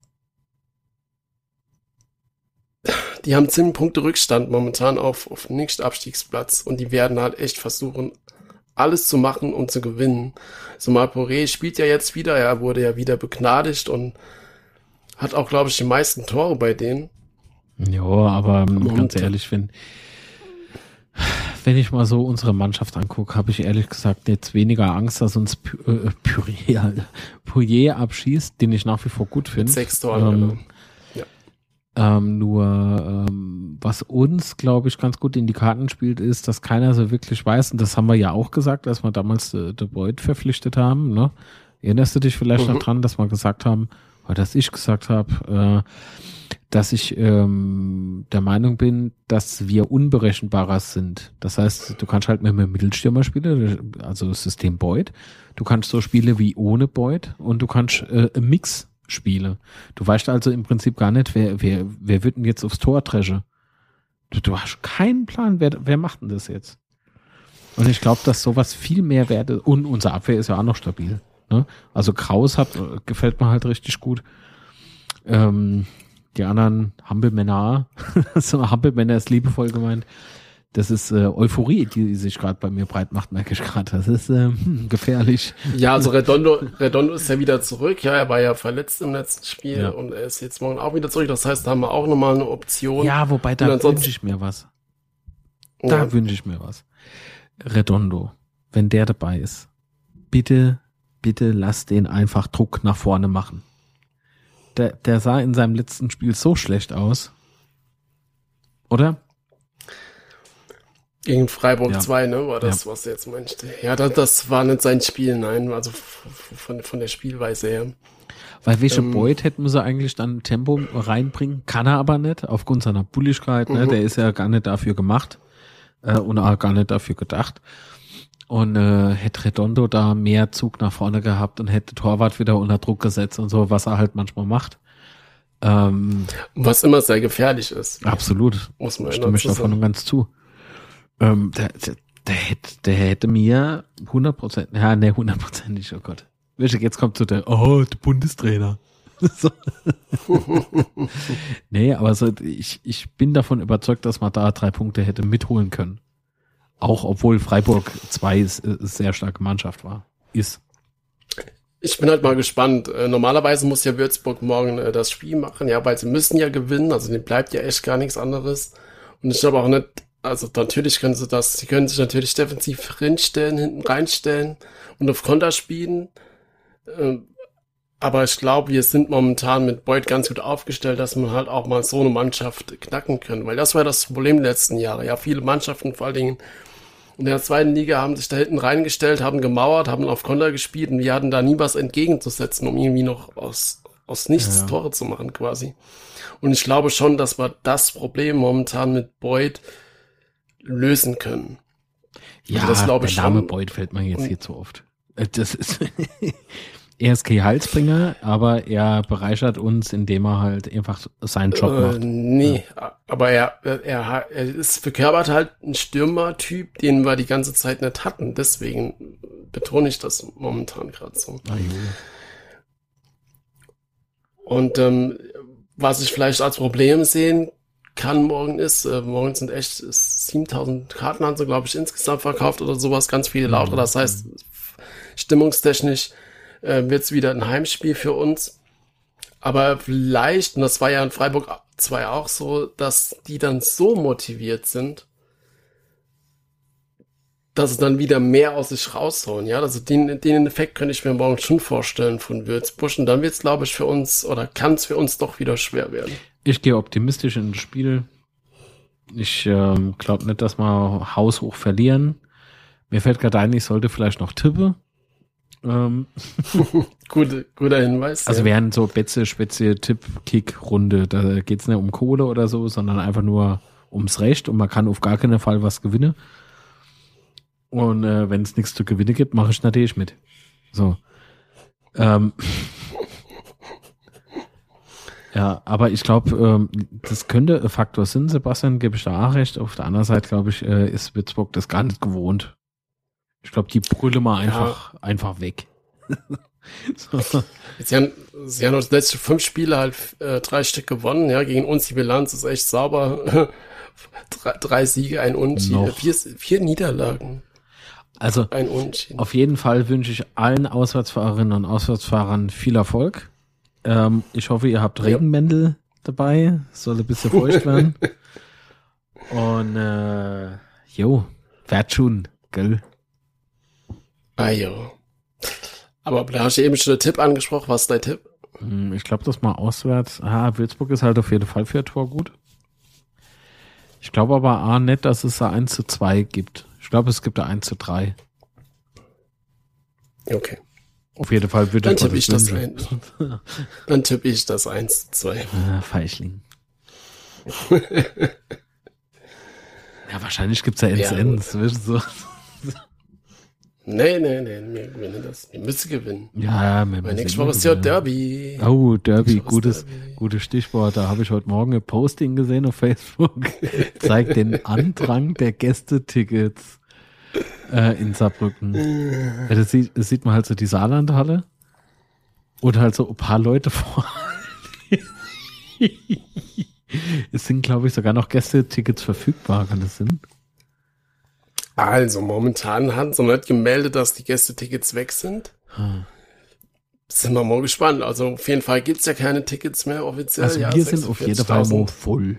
Die haben zehn Punkte Rückstand momentan auf, auf den nächsten Abstiegsplatz und die werden halt echt versuchen, alles zu machen, um zu gewinnen. So Malporé spielt ja jetzt wieder, er wurde ja wieder begnadigt und hat auch, glaube ich, die meisten Tore bei denen. Ja, aber und ganz ehrlich, wenn, wenn ich mal so unsere Mannschaft angucke, habe ich ehrlich gesagt jetzt weniger Angst, dass uns Poirier, Poirier abschießt, den ich nach wie vor gut finde. Sechs Tore, ähm, genau. Ähm, nur ähm, was uns, glaube ich, ganz gut in die Karten spielt, ist, dass keiner so wirklich weiß, und das haben wir ja auch gesagt, als wir damals äh, De Boyd verpflichtet haben, ne? Erinnerst du dich vielleicht mhm. noch dran, dass wir gesagt haben, oder dass ich gesagt habe, äh, dass ich ähm, der Meinung bin, dass wir unberechenbarer sind. Das heißt, du kannst halt mit einem Mittelstürmer spielen, also das System Boyd, du kannst so Spiele wie ohne Boyd und du kannst äh, einen Mix Spiele. Du weißt also im Prinzip gar nicht, wer, wer, wer wird denn jetzt aufs Tor dreschen? Du, du hast keinen Plan, wer, wer macht denn das jetzt? Und ich glaube, dass sowas viel mehr wert ist. Und unsere Abwehr ist ja auch noch stabil. Ne? Also Kraus hat, gefällt mir halt richtig gut. Ähm, die anderen Hampelmänner, so Hampelmänner ist liebevoll gemeint. Das ist äh, Euphorie, die sich gerade bei mir breit macht, merke ich gerade. Das ist äh, gefährlich. Ja, also Redondo, Redondo ist ja wieder zurück. Ja, er war ja verletzt im letzten Spiel ja. und er ist jetzt morgen auch wieder zurück. Das heißt, da haben wir auch nochmal eine Option. Ja, wobei, da wünsche ich mir was. Da ja. wünsche ich mir was. Redondo, wenn der dabei ist, bitte, bitte lass den einfach Druck nach vorne machen. Der, der sah in seinem letzten Spiel so schlecht aus. Oder? Gegen Freiburg ja. zwei, ne, war das, ja. was du jetzt meinst. Ja, das, das war nicht sein Spiel, nein, also von, von der Spielweise her. Weil welche ähm, Boyd hätten sie eigentlich dann Tempo reinbringen, kann er aber nicht, aufgrund seiner Bulligkeit, ne, mhm. der ist ja gar nicht dafür gemacht äh, und auch gar nicht dafür gedacht. Und äh, hätte Redondo da mehr Zug nach vorne gehabt und hätte Torwart wieder unter Druck gesetzt und so, was er halt manchmal macht. Ähm, was immer sehr gefährlich ist. Absolut. Muss man stimme ich davon ganz zu. Ähm, der, der, der, hätte, der hätte mir hundert Prozent, ja, ne, hundert Prozent nicht, oh Gott. Jetzt kommt so der, oh, der Bundestrainer. So. Nee, aber so, ich, ich bin davon überzeugt, dass man da drei Punkte hätte mitholen können. Auch obwohl Freiburg zwei ist, ist sehr starke Mannschaft war. Ist. Ich bin halt mal gespannt. Äh, normalerweise muss ja Würzburg morgen äh, das Spiel machen, ja, weil sie müssen ja gewinnen, also denen bleibt ja echt gar nichts anderes. Und ich glaube auch nicht, also natürlich können sie das, sie können sich natürlich defensiv hinstellen, hinten reinstellen und auf Konter spielen. Ähm, aber ich glaube, wir sind momentan mit Boyd ganz gut aufgestellt, dass man halt auch mal so eine Mannschaft knacken können. Weil das war das Problem der letzten Jahre. Ja, viele Mannschaften, vor allen Dingen in der zweiten Liga, haben sich da hinten reingestellt, haben gemauert, haben auf Konter gespielt und wir hatten da nie was entgegenzusetzen, um irgendwie noch aus, aus nichts ja. Tore zu machen quasi. Und ich glaube schon, dass wir das Problem momentan mit Boyd lösen können. Ja, das glaube ich der Name schon. Boyd fällt mir jetzt hier zu oft. Das ist er ist kein Halsbringer, aber er bereichert uns, indem er halt einfach seinen Job äh, macht. Nee, ja. aber er, er, er ist verkörpert halt ein Stürmertyp, den wir die ganze Zeit nicht hatten. Deswegen betone ich das momentan gerade so. Ah, Und ähm, was ich vielleicht als Problem sehen kann morgen ist, äh, morgen sind echt siebentausend Karten, haben sie, glaube ich, insgesamt verkauft oder sowas, ganz viele Lauter. Das heißt, stimmungstechnisch äh, wird es wieder ein Heimspiel für uns. Aber vielleicht, und das war ja in Freiburg zwei auch so, dass die dann so motiviert sind, dass sie dann wieder mehr aus sich raushauen, ja. Also den, den Effekt könnte ich mir morgen schon vorstellen von Würzburg. Und dann wird es, glaube ich, für uns, oder kann es für uns doch wieder schwer werden. Ich gehe optimistisch in das Spiel. Ich ähm, glaube nicht, dass wir haushoch verlieren. Mir fällt gerade ein, ich sollte vielleicht noch tippen. Ähm. Gute, guter Hinweis. Also ja. während so Betze, Spätzle, Tipp-Kick-Runde, da geht's nicht um Kohle oder so, sondern einfach nur ums Recht und man kann auf gar keinen Fall was gewinnen. Und äh, wenn es nichts zu gewinnen gibt, mache ich natürlich mit. So. Ähm. Ja, aber ich glaube, ähm, das könnte ein Faktor sein, Sebastian, gebe ich da auch recht. Auf der anderen Seite, glaube ich, äh, ist Würzburg das gar nicht gewohnt. Ich glaube, die brülle mal einfach, ja. einfach weg. So. Sie haben, sie haben die letzten fünf Spiele halt äh, drei Stück gewonnen. Ja, gegen uns die Bilanz ist echt sauber. drei, drei Siege, ein Unentschieden, vier, vier Niederlagen. Also ein Unentschieden. Auf jeden Fall wünsche ich allen Auswärtsfahrerinnen und Auswärtsfahrern viel Erfolg. Ähm, ich hoffe, ihr habt Regenmäntel ja. dabei. Soll ein bisschen feucht werden. Und äh, jo, wird schon, gell? Ah jo. Aber da hast du eben schon einen Tipp angesprochen. Was ist dein Tipp? Ich glaube, das mal auswärts. Ah, Würzburg ist halt auf jeden Fall für ein Tor gut. Ich glaube aber auch nicht, dass es da eins zu zwei gibt. Ich glaube, es gibt da eins zu drei. Okay. Auf jeden Fall würde Dann tippe ich das ein. Dann tippe ich das eins zu zwei. Ah, Feichling. Ja, wahrscheinlich gibt's ja Ends-Ends. Ja, so. Nee, nee, nee, wir gewinnen das. Wir müssen gewinnen. Ja, wir müssen nächste Woche ist ja Derby. Oh, Derby, gutes, Derby. Gutes Stichwort. Da habe ich heute Morgen ein Posting gesehen auf Facebook. Zeigt den Andrang der Gästetickets äh, in Saarbrücken. Ja, das, sieht, das sieht man halt so die Saarlandhalle und halt so ein paar Leute vor. Es sind, glaube ich, sogar noch Gästetickets verfügbar. Kann das sein? Also, momentan haben sie noch nicht gemeldet, dass die Gästetickets weg sind. Hm. Sind wir mal gespannt. Also, auf jeden Fall gibt's ja keine Tickets mehr offiziell. Also, ja, wir sind auf jeden Fall mal voll.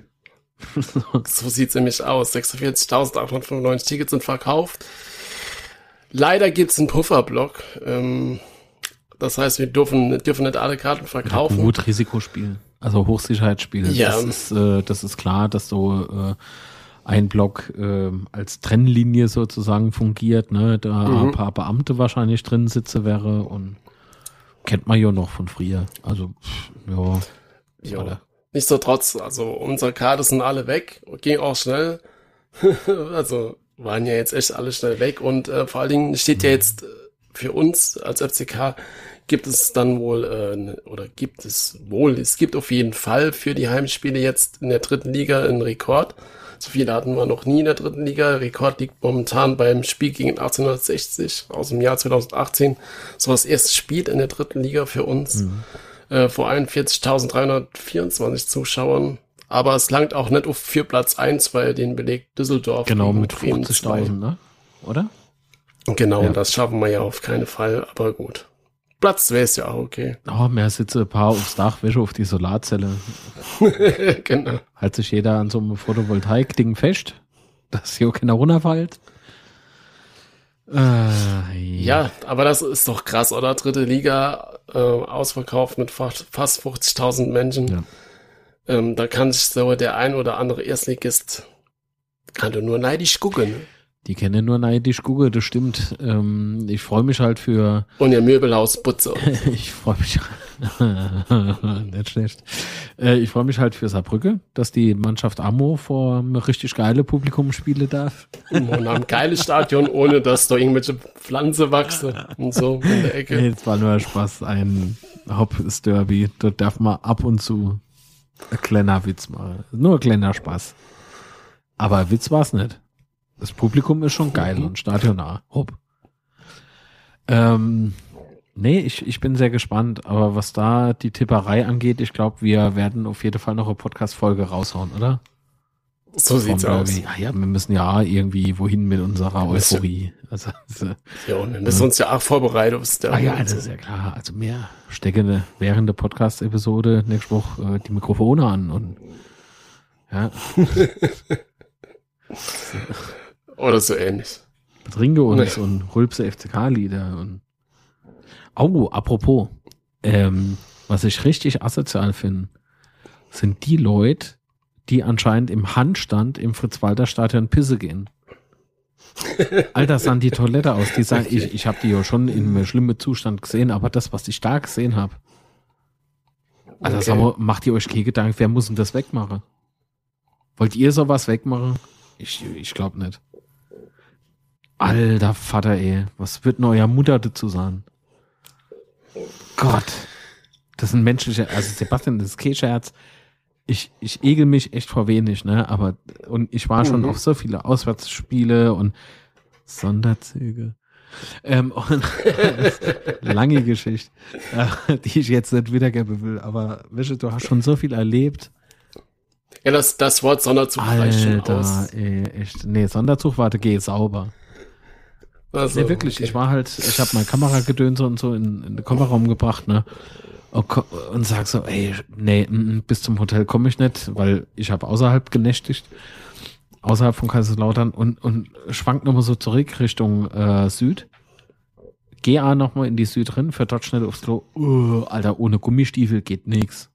So sieht's nämlich aus. sechsundvierzigtausendachthundertfünfundneunzig Tickets sind verkauft. Leider gibt's einen Pufferblock. Ähm, das heißt, wir dürfen, dürfen nicht alle Karten verkaufen. Ja, gut, Risikospiel. Also, Hochsicherheitsspiel. Ja. Das ist, äh, das ist klar, dass so, äh, ein Block äh, als Trennlinie sozusagen fungiert, ne, da mhm. ein paar Beamte wahrscheinlich drin sitze wäre und kennt man ja noch von früher. Also, pff, ja. ja. Nichtsdestotrotz, also unsere Karten sind alle weg, ging auch schnell. Also waren ja jetzt echt alle schnell weg und äh, vor allen Dingen steht ja jetzt äh, für uns als F C K gibt es dann wohl, äh, oder gibt es wohl, es gibt auf jeden Fall für die Heimspiele jetzt in der dritten Liga einen Rekord. So viele hatten wir noch nie in der dritten Liga. Rekord liegt momentan beim Spiel gegen achtzehnhundertsechzig aus dem Jahr zweitausendachtzehn. So das erste Spiel in der dritten Liga für uns. Mhm. Äh, vor einundvierzigtausenddreihundertvierundzwanzig Zuschauern. Aber es langt auch nicht auf für Platz eins, weil den belegt Düsseldorf. Genau, mit fünfzigtausend, ne? Oder? Genau, ja. Das schaffen wir ja auf keinen Fall. Aber gut. Platz wäre es ja auch okay. Oh, mehr sitze ein paar aufs Dach, wäsche auf die Solarzelle. Genau. Halt sich jeder an so einem Photovoltaik-Ding fest, dass hier auch keiner runterfällt. Äh, ja. ja, aber das ist doch krass, oder? Dritte Liga, äh, ausverkauft mit fast, fast fünfzigtausend Menschen. Ja. Ähm, da kann sich so der ein oder andere Erstligist, kann du nur neidisch gucken. Die kennen nur neidisch gucken, das stimmt. Ähm, ich freue mich halt für... Und ihr Möbelhaus Putze. Ich freue mich... Nicht schlecht. Äh, ich freue mich halt für Saarbrücke, dass die Mannschaft Ammo vor einem richtig geile Publikum spielen darf. Und haben ein geiles Stadion, ohne dass da irgendwelche Pflanze wachsen und so in der Ecke. Jetzt war nur Spaß, ein Hop-Derby. Da darf man ab und zu ein kleiner Witz machen. Nur ein kleiner Spaß. Aber Witz war es nicht. Das Publikum ist schon geil mhm. und stadionnah. Hopp. Ähm, nee, ich, ich bin sehr gespannt, aber was da die Tipperei angeht, ich glaube, wir werden auf jeden Fall noch eine Podcast-Folge raushauen, oder? So sieht's aus. Ja, ja, wir müssen ja irgendwie wohin mit unserer Euphorie. Also, also, ja, wir müssen uns ja auch vorbereiten. Ah ja, das ist ja klar. Also mehr stecken während der Podcast-Episode nächste Woche äh, die Mikrofone an und Ja. Oder so ähnlich. Betrinke uns nee. und rülpse F C K-Lieder und oh, apropos, ähm, was ich richtig asozial finde, sind die Leute, die anscheinend im Handstand im Fritz-Walter-Stadion Pisse gehen. Alter, sahen die Toilette aus. Die sagen, okay. ich, ich habe die ja schon in einem schlimmen Zustand gesehen, aber das, was ich da gesehen habe, Alter, okay. wir, macht ihr euch keine Gedanken, wer muss denn das wegmachen? Wollt ihr sowas wegmachen? Ich, ich glaube nicht. Alter Vater, ey, was wird denn euer Mutter dazu sagen? Gott, das sind menschliche, also Sebastian, das ist kein Scherz. Ich, ich egel mich echt vor wenig, ne, aber, und ich war schon mhm. auf so viele Auswärtsspiele und Sonderzüge, ähm, und lange Geschichte, äh, die ich jetzt nicht wiedergeben will, aber, weißt du, du hast schon so viel erlebt. Ja, das, das Wort Sonderzug reicht schon aus. Ey, echt, nee, Sonderzug, warte, geh sauber. Also, nee, wirklich, okay. ich war halt, ich habe mein Kameragedöns und so in, in den Kofferraum gebracht, ne, und, und sag so, ey, nee, m, bis zum Hotel komme ich nicht, weil ich habe außerhalb genächtigt, außerhalb von Kaiserslautern und, und schwank nochmal so zurück Richtung äh, Süd. Geh auch nochmal in die Süd drin, für dort schnell aufs Klo. Uh, Alter, ohne Gummistiefel geht nix.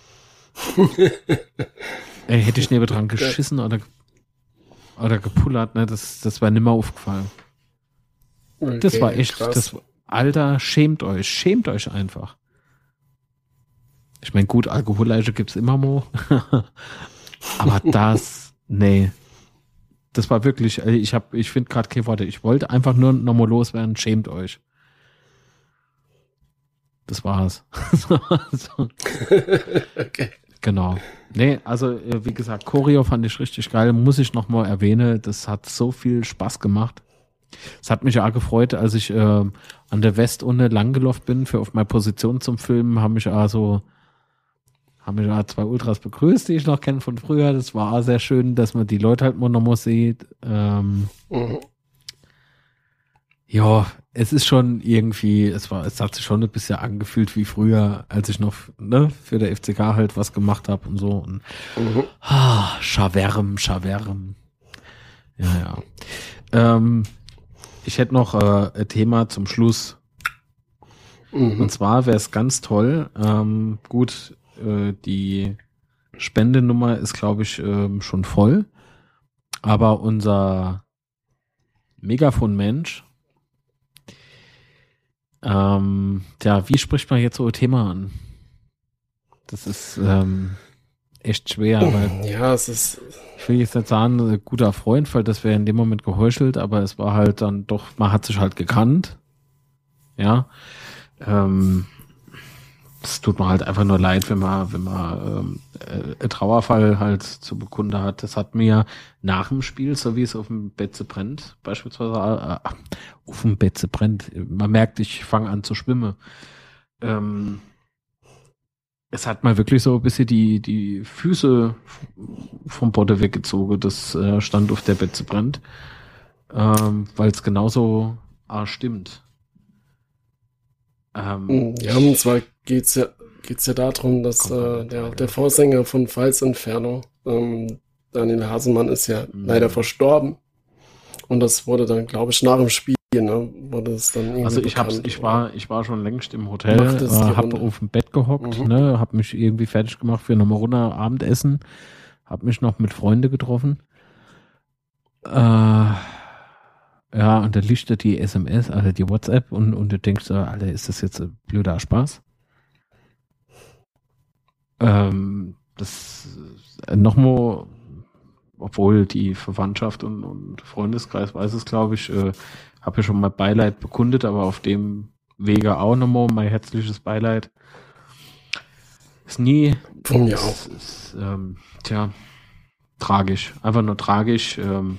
Ey, hätte ich nebendran geschissen oder, oder gepullert, ne, das, das wäre nimmer aufgefallen. Okay, das war echt, krass. das, Alter, schämt euch, schämt euch einfach. Ich meine, gut, Alkoholleiche gibt's immer mal. Aber das, nee. Das war wirklich, ich hab, ich finde gerade keine Worte. Ich wollte einfach nur nochmal loswerden, schämt euch. Das war's. so. Okay. Genau. Nee, also, wie gesagt, Choreo fand ich richtig geil. Muss ich nochmal erwähnen. Das hat so viel Spaß gemacht. Es hat mich auch gefreut, als ich äh, an der Westunne langgelaufen bin für auf meine Position zum Filmen, haben mich auch so haben mich auch zwei Ultras begrüßt, die ich noch kenne von früher. Das war auch sehr schön, dass man die Leute halt mal nochmal sieht. Ähm, mhm. Ja, es ist schon irgendwie, es war, es hat sich schon ein bisschen angefühlt wie früher, als ich noch ne, für der F C K halt was gemacht habe und so. Und, mhm. ah, Schawerm, Schawerm. Ja, ja. Ähm, Ich hätte noch äh, ein Thema zum Schluss. Mhm. Und zwar wäre es ganz toll. Ähm, gut, äh, die Spendenummer ist, glaube ich, ähm, schon voll. Aber unser Megafon-Mensch, ähm, ja, wie spricht man jetzt so ein Thema an? Das ist ähm, echt schwer. Weil ja, es ist... Ich will jetzt nicht sagen, ein guter Freund, weil das wäre in dem Moment geheuchelt, aber es war halt dann doch, man hat sich halt gekannt. Ja. Ähm, es tut mir halt einfach nur leid, wenn man, wenn man ähm, äh, einen Trauerfall halt zu bekunde hat. Das hat mir nach dem Spiel, so wie es auf dem Betze brennt, beispielsweise, äh, auf dem Betze brennt. Man merkt, ich fange an zu schwimmen. Ähm, Es hat mal wirklich so ein bisschen die, die Füße vom Boden weggezogen. Das äh, stand auf der Betze brennt. Ähm, weil es genauso ah, stimmt. Ähm, ja, und zwar geht's ja, geht's ja darum, dass äh, der, der Vorsänger von Pfalz Inferno, ähm, Daniel Hasemann, ist ja mhm. leider verstorben. Und das wurde dann, glaube ich, nach dem Spiel, ne, wurde es dann irgendwie Also ich hab's, ich war, ich war schon längst im Hotel, äh, hab auf dem Bett gehockt, mhm. ne, hab mich irgendwie fertig gemacht für nochmal runter Abendessen, hab mich noch mit Freunden getroffen. Äh, ja, und dann lichtet die S M S, also die WhatsApp und, und du denkst, Alter, ist das jetzt ein blöder Spaß? Ähm, das, nochmal, obwohl die Verwandtschaft und, und Freundeskreis weiß es, glaube ich, äh, habe ja schon mal Beileid bekundet, aber auf dem Wege auch nochmal mein herzliches Beileid. Ist nie, von mir ist, auch. Ist, ähm, tja, tragisch, einfach nur tragisch. Ähm,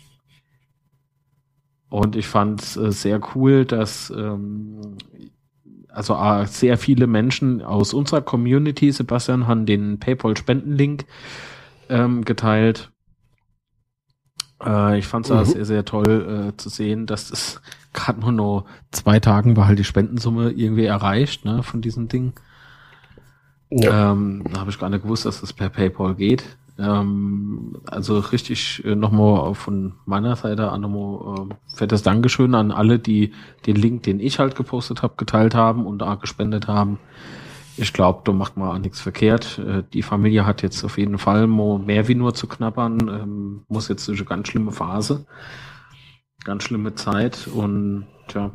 und ich fand es äh, sehr cool, dass ähm, also äh, sehr viele Menschen aus unserer Community, Sebastian, haben den PayPal-Spendenlink ähm, geteilt. Äh, ich fand es mhm. sehr, sehr toll äh, zu sehen, dass das gerade nur noch zwei Tagen war halt die Spendensumme irgendwie erreicht, ne, von diesem Ding. Ja. Ähm, da habe ich gar nicht gewusst, dass das per PayPal geht. Ähm, also richtig äh, nochmal von meiner Seite an nochmal äh, fettes Dankeschön an alle, die den Link, den ich halt gepostet habe, geteilt haben und auch gespendet haben. Ich glaube, da macht man auch nichts verkehrt. Äh, die Familie hat jetzt auf jeden Fall mehr wie nur zu knabbern, ähm, muss jetzt durch eine ganz schlimme Phase, ganz schlimme Zeit und tja.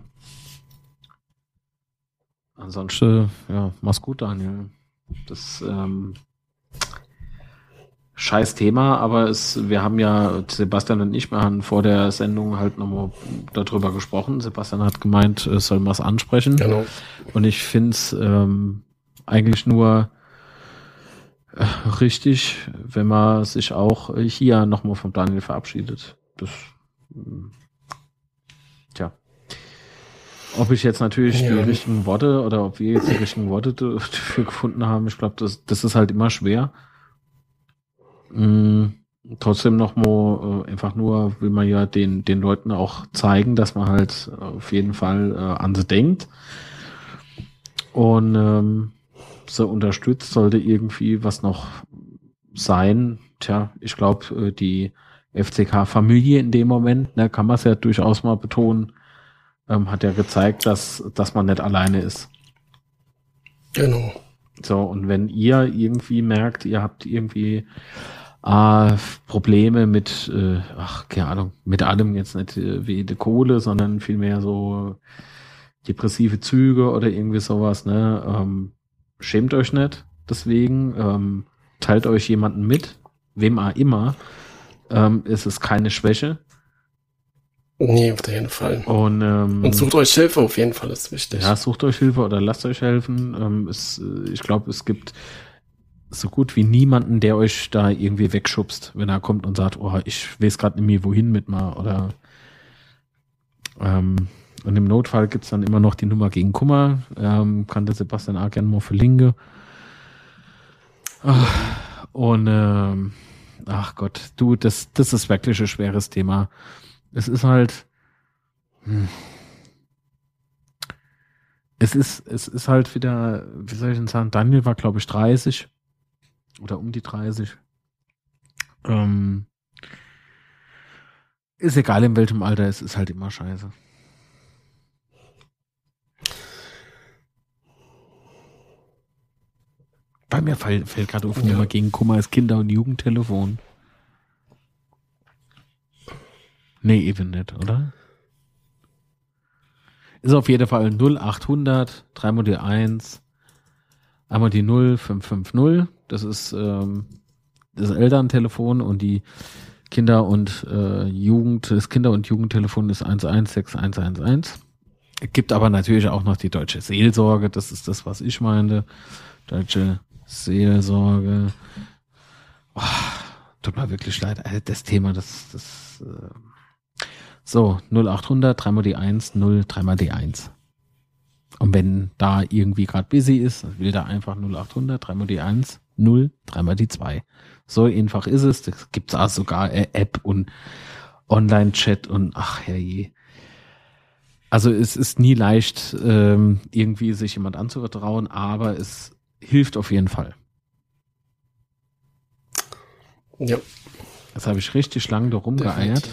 Ansonsten, ja, mach's gut, Daniel. Das ähm, scheiß Thema, aber es, wir haben ja, Sebastian und ich, wir haben vor der Sendung halt nochmal darüber gesprochen. Sebastian hat gemeint, es soll was ansprechen. Genau. Und ich finde es ähm, eigentlich nur äh, richtig, wenn man sich auch hier nochmal vom Daniel verabschiedet. Das, ähm, tja. Ob ich jetzt natürlich ja. die richtigen Worte oder ob wir jetzt die richtigen Worte dafür gefunden haben, ich glaube, das, das ist halt immer schwer. Mm, trotzdem nochmal äh, einfach nur, will man ja den, den Leuten auch zeigen, dass man halt auf jeden Fall äh, an sie denkt und ähm, so unterstützt, sollte irgendwie was noch sein. Tja, ich glaube, äh, die F C K-Familie in dem Moment, ne, kann man es ja durchaus mal betonen, ähm, hat ja gezeigt, dass, dass man nicht alleine ist. Genau. So, und wenn ihr irgendwie merkt, ihr habt irgendwie äh, Probleme mit, äh, ach, keine Ahnung, mit allem jetzt nicht äh, wie die Kohle, sondern vielmehr so depressive Züge oder irgendwie sowas, ne, ähm, schämt euch nicht deswegen, ähm, teilt euch jemanden mit, wem auch immer, ähm, es ist keine Schwäche. Nee, auf jeden Fall. Und, ähm, und sucht euch Hilfe, auf jeden Fall, das ist wichtig. Ja, sucht euch Hilfe oder lasst euch helfen. Ähm, es, ich glaube, es gibt so gut wie niemanden, der euch da irgendwie wegschubst, wenn er kommt und sagt, oh, ich weiß gerade nicht mehr, wohin mit mal. Oder ähm, und im Notfall gibt's dann immer noch die Nummer gegen Kummer. Ähm, kann der Sebastian auch gerne mal verlinken. Ach, und ähm, ach Gott, du, das, das ist wirklich ein schweres Thema. Es ist halt hm. Es ist, es ist halt wieder, wie soll ich denn sagen, Daniel war, glaube ich, dreißig oder um die dreißig. Ähm, ist egal, in welchem Alter, es ist halt immer scheiße. Bei mir fällt, fällt gerade auf, ja. Nummer gegen Kummer ist Kinder- und Jugendtelefon. Nee, eben nicht, oder? Ist auf jeden Fall null achthundert, dreimal die eins, einmal die null fünf fünf null. Das ist ähm, das Elterntelefon und die Kinder- und äh, Jugend, das Kinder- und Jugendtelefon ist eins eins sechs eins eins eins. Es gibt aber natürlich auch noch die deutsche Seelsorge, das ist das, was ich meinte. Deutsche Seelsorge. Oh, tut mir wirklich leid, das Thema, das, das äh, so, null achthundert, dreimal die eins, null, dreimal die eins. Und wenn da irgendwie gerade busy ist, will da einfach null achthundert, dreimal die eins, null, dreimal die zwei. So einfach ist es. Das gibt's auch sogar äh, App und Online-Chat und ach herrje. Also es ist nie leicht, ähm, irgendwie sich jemand anzuvertrauen, aber es hilft auf jeden Fall. Ja. Das habe ich richtig lange da rumgeeiert.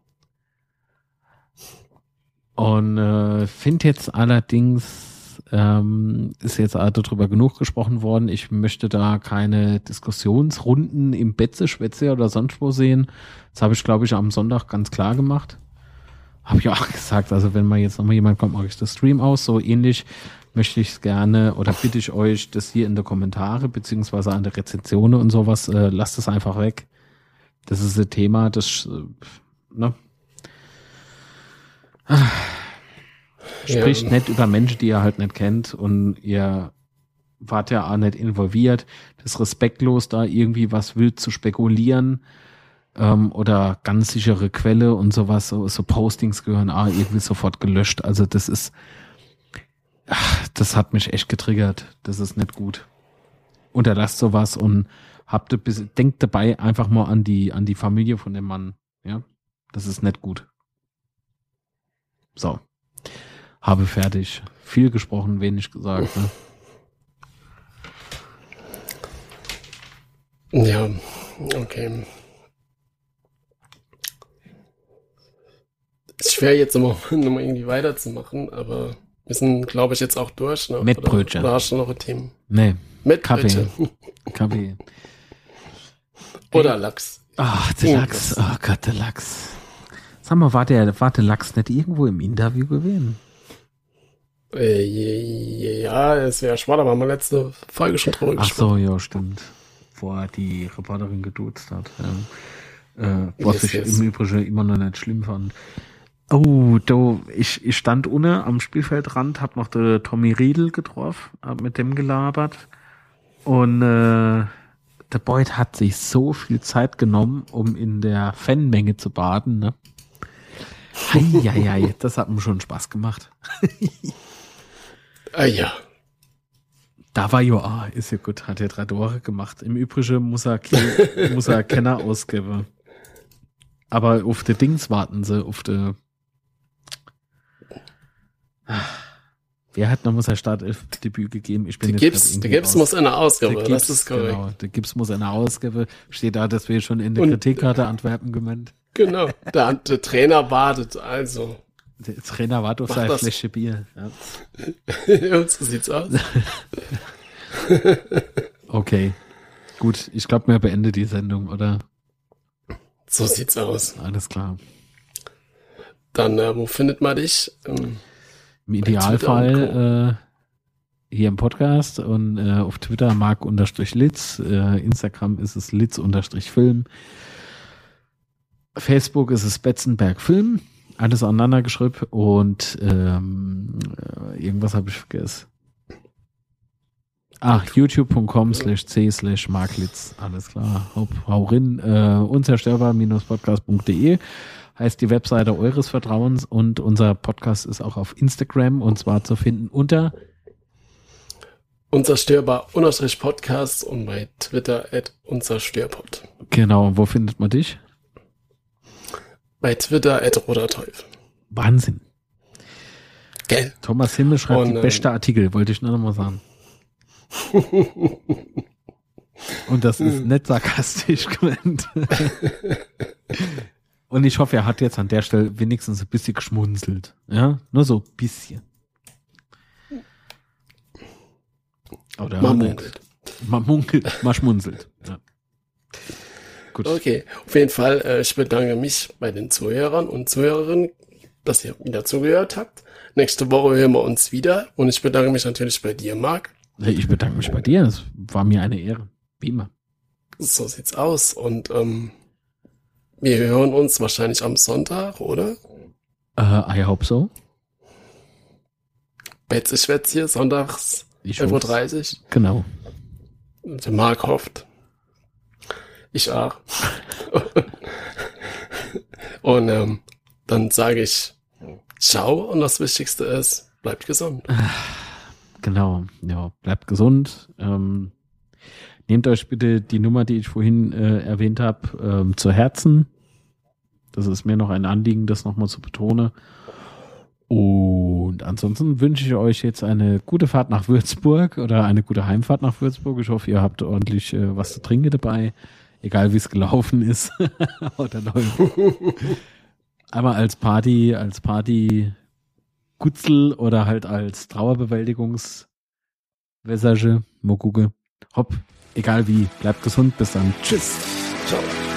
Und äh, finde jetzt allerdings, ähm, ist jetzt darüber genug gesprochen worden, ich möchte da keine Diskussionsrunden im Betze, Schwätze oder sonst wo sehen. Das habe ich, glaube ich, am Sonntag ganz klar gemacht. Habe ich auch gesagt, also wenn mal jetzt nochmal jemand kommt, mache ich das Stream aus. So ähnlich möchte ich es gerne oder bitte ich euch, das hier in die Kommentare beziehungsweise an der Rezension und sowas, äh, lasst es einfach weg. Das ist ein Thema, das, äh, ne? Spricht ja. Nicht über Menschen, die ihr halt nicht kennt und ihr wart ja auch nicht involviert. Das ist respektlos, da irgendwie was wild zu spekulieren ähm, oder ganz sichere Quelle und sowas. So, so Postings gehören auch irgendwie sofort gelöscht. Also das ist, ach, das hat mich echt getriggert. Das ist nicht gut. Unterlasst sowas und habt denkt dabei einfach mal an die an die Familie von dem Mann. Ja, das ist nicht gut. So. Habe fertig. Viel gesprochen, wenig gesagt. Ne? Ja, Okay. Ist schwer jetzt immer nochmal irgendwie weiterzumachen, aber wir sind, glaube ich, jetzt auch durch. Ne? Mettbrötchen. Oder, oder hast du noch ein Thema? Nee. Mettbrötchen. Kaffee. Kaffee. Oder Lachs. Ach, der Lachs. Oh Gott, der Lachs. Sag mal, war der, war der Lachs nicht irgendwo im Interview gewesen? Äh, ja, es wäre schade, aber haben wir letzte Folge schon drüber Ach so, ja, stimmt. Wo er die Reporterin geduzt hat. Ja. Äh, was yes, ich yes. im Übrigen immer noch nicht schlimm fand. Oh, du, ich, ich stand unten am Spielfeldrand, hab noch den Tommy Riedel getroffen, hab mit dem gelabert. Und äh, der Boyd hat sich so viel Zeit genommen, um in der Fanmenge zu baden, ne? Heieiei, das hat mir schon Spaß gemacht. Ah ja. Da war ja, ah, ist ja gut, hat er drei Tore gemacht. Im Übrigen muss er, muss er Kenner ausgeben. Aber auf die Dings warten sie, auf die. Wer hat noch muss er Startelf-Debüt gegeben? Ich bin die Gips, der Gips muss eine Ausgabe, Gips, das ist korrekt. Genau, der Gips muss eine Ausgabe. Steht da, dass wir schon in der Und, Kritik hatte, Antwerpen gemeint. Genau, der, der Trainer wartet, also. Der Trainer wartet auf seine Flasche Bier. Ja. Und so sieht's aus. Okay, gut, ich glaube, wir beenden die Sendung, oder? So sieht's aus. Alles klar. Dann, äh, wo findet man dich? Ähm, Im Idealfall äh, hier im Podcast und äh, auf Twitter mark-litz, äh, Instagram ist es litz-film, Facebook ist es Betzenberg Film, alles aneinander geschrieben und ähm, äh, irgendwas habe ich vergessen. Ah, youtube.com slash c slash marklitz, alles klar. Hau, hau rein, äh, unzerstörbar-podcast.de heißt die Webseite eures Vertrauens und unser Podcast ist auch auf Instagram und zwar zu finden unter unzerstörbar-podcast und bei Twitter at unzerstörpod. Genau, wo findet man dich? Bei Twitter at roterteufel. Wahnsinn. Gell? Thomas Himmel schreibt und, die beste Artikel, wollte ich nur noch mal sagen. Und das ist nicht sarkastisch gemeint. Und ich hoffe, er hat jetzt an der Stelle wenigstens ein bisschen geschmunzelt. Ja, nur so ein bisschen. Oder man munkelt. Man munkelt, man schmunzelt. Ja. Gut. Okay, auf jeden Fall, äh, ich bedanke mich bei den Zuhörern und Zuhörerinnen, dass ihr wieder zugehört habt. Nächste Woche hören wir uns wieder und ich bedanke mich natürlich bei dir, Marc. Ich bedanke mich bei dir, es war mir eine Ehre, wie immer. So sieht's aus und ähm, wir hören uns wahrscheinlich am Sonntag, oder? Uh, I hope so. Betze Schwätz hier, sonntags elf Uhr dreißig. Genau. Der Marc hofft. Ich auch. Und ähm, dann sage ich ciao und das Wichtigste ist, bleibt gesund. Genau, ja, bleibt gesund. Ähm, nehmt euch bitte die Nummer, die ich vorhin äh, erwähnt habe, ähm, zu Herzen. Das ist mir noch ein Anliegen, das nochmal zu betonen. Und ansonsten wünsche ich euch jetzt eine gute Fahrt nach Würzburg oder eine gute Heimfahrt nach Würzburg. Ich hoffe, ihr habt ordentlich äh, was zu trinken dabei, egal wie es gelaufen ist. Oder läuft. Einmal als Party, als Party Gutzel oder halt als Trauerbewältigungsmessage. Mal gucken. Hopp, egal wie. Bleibt gesund. Bis dann. Tschüss. Ciao.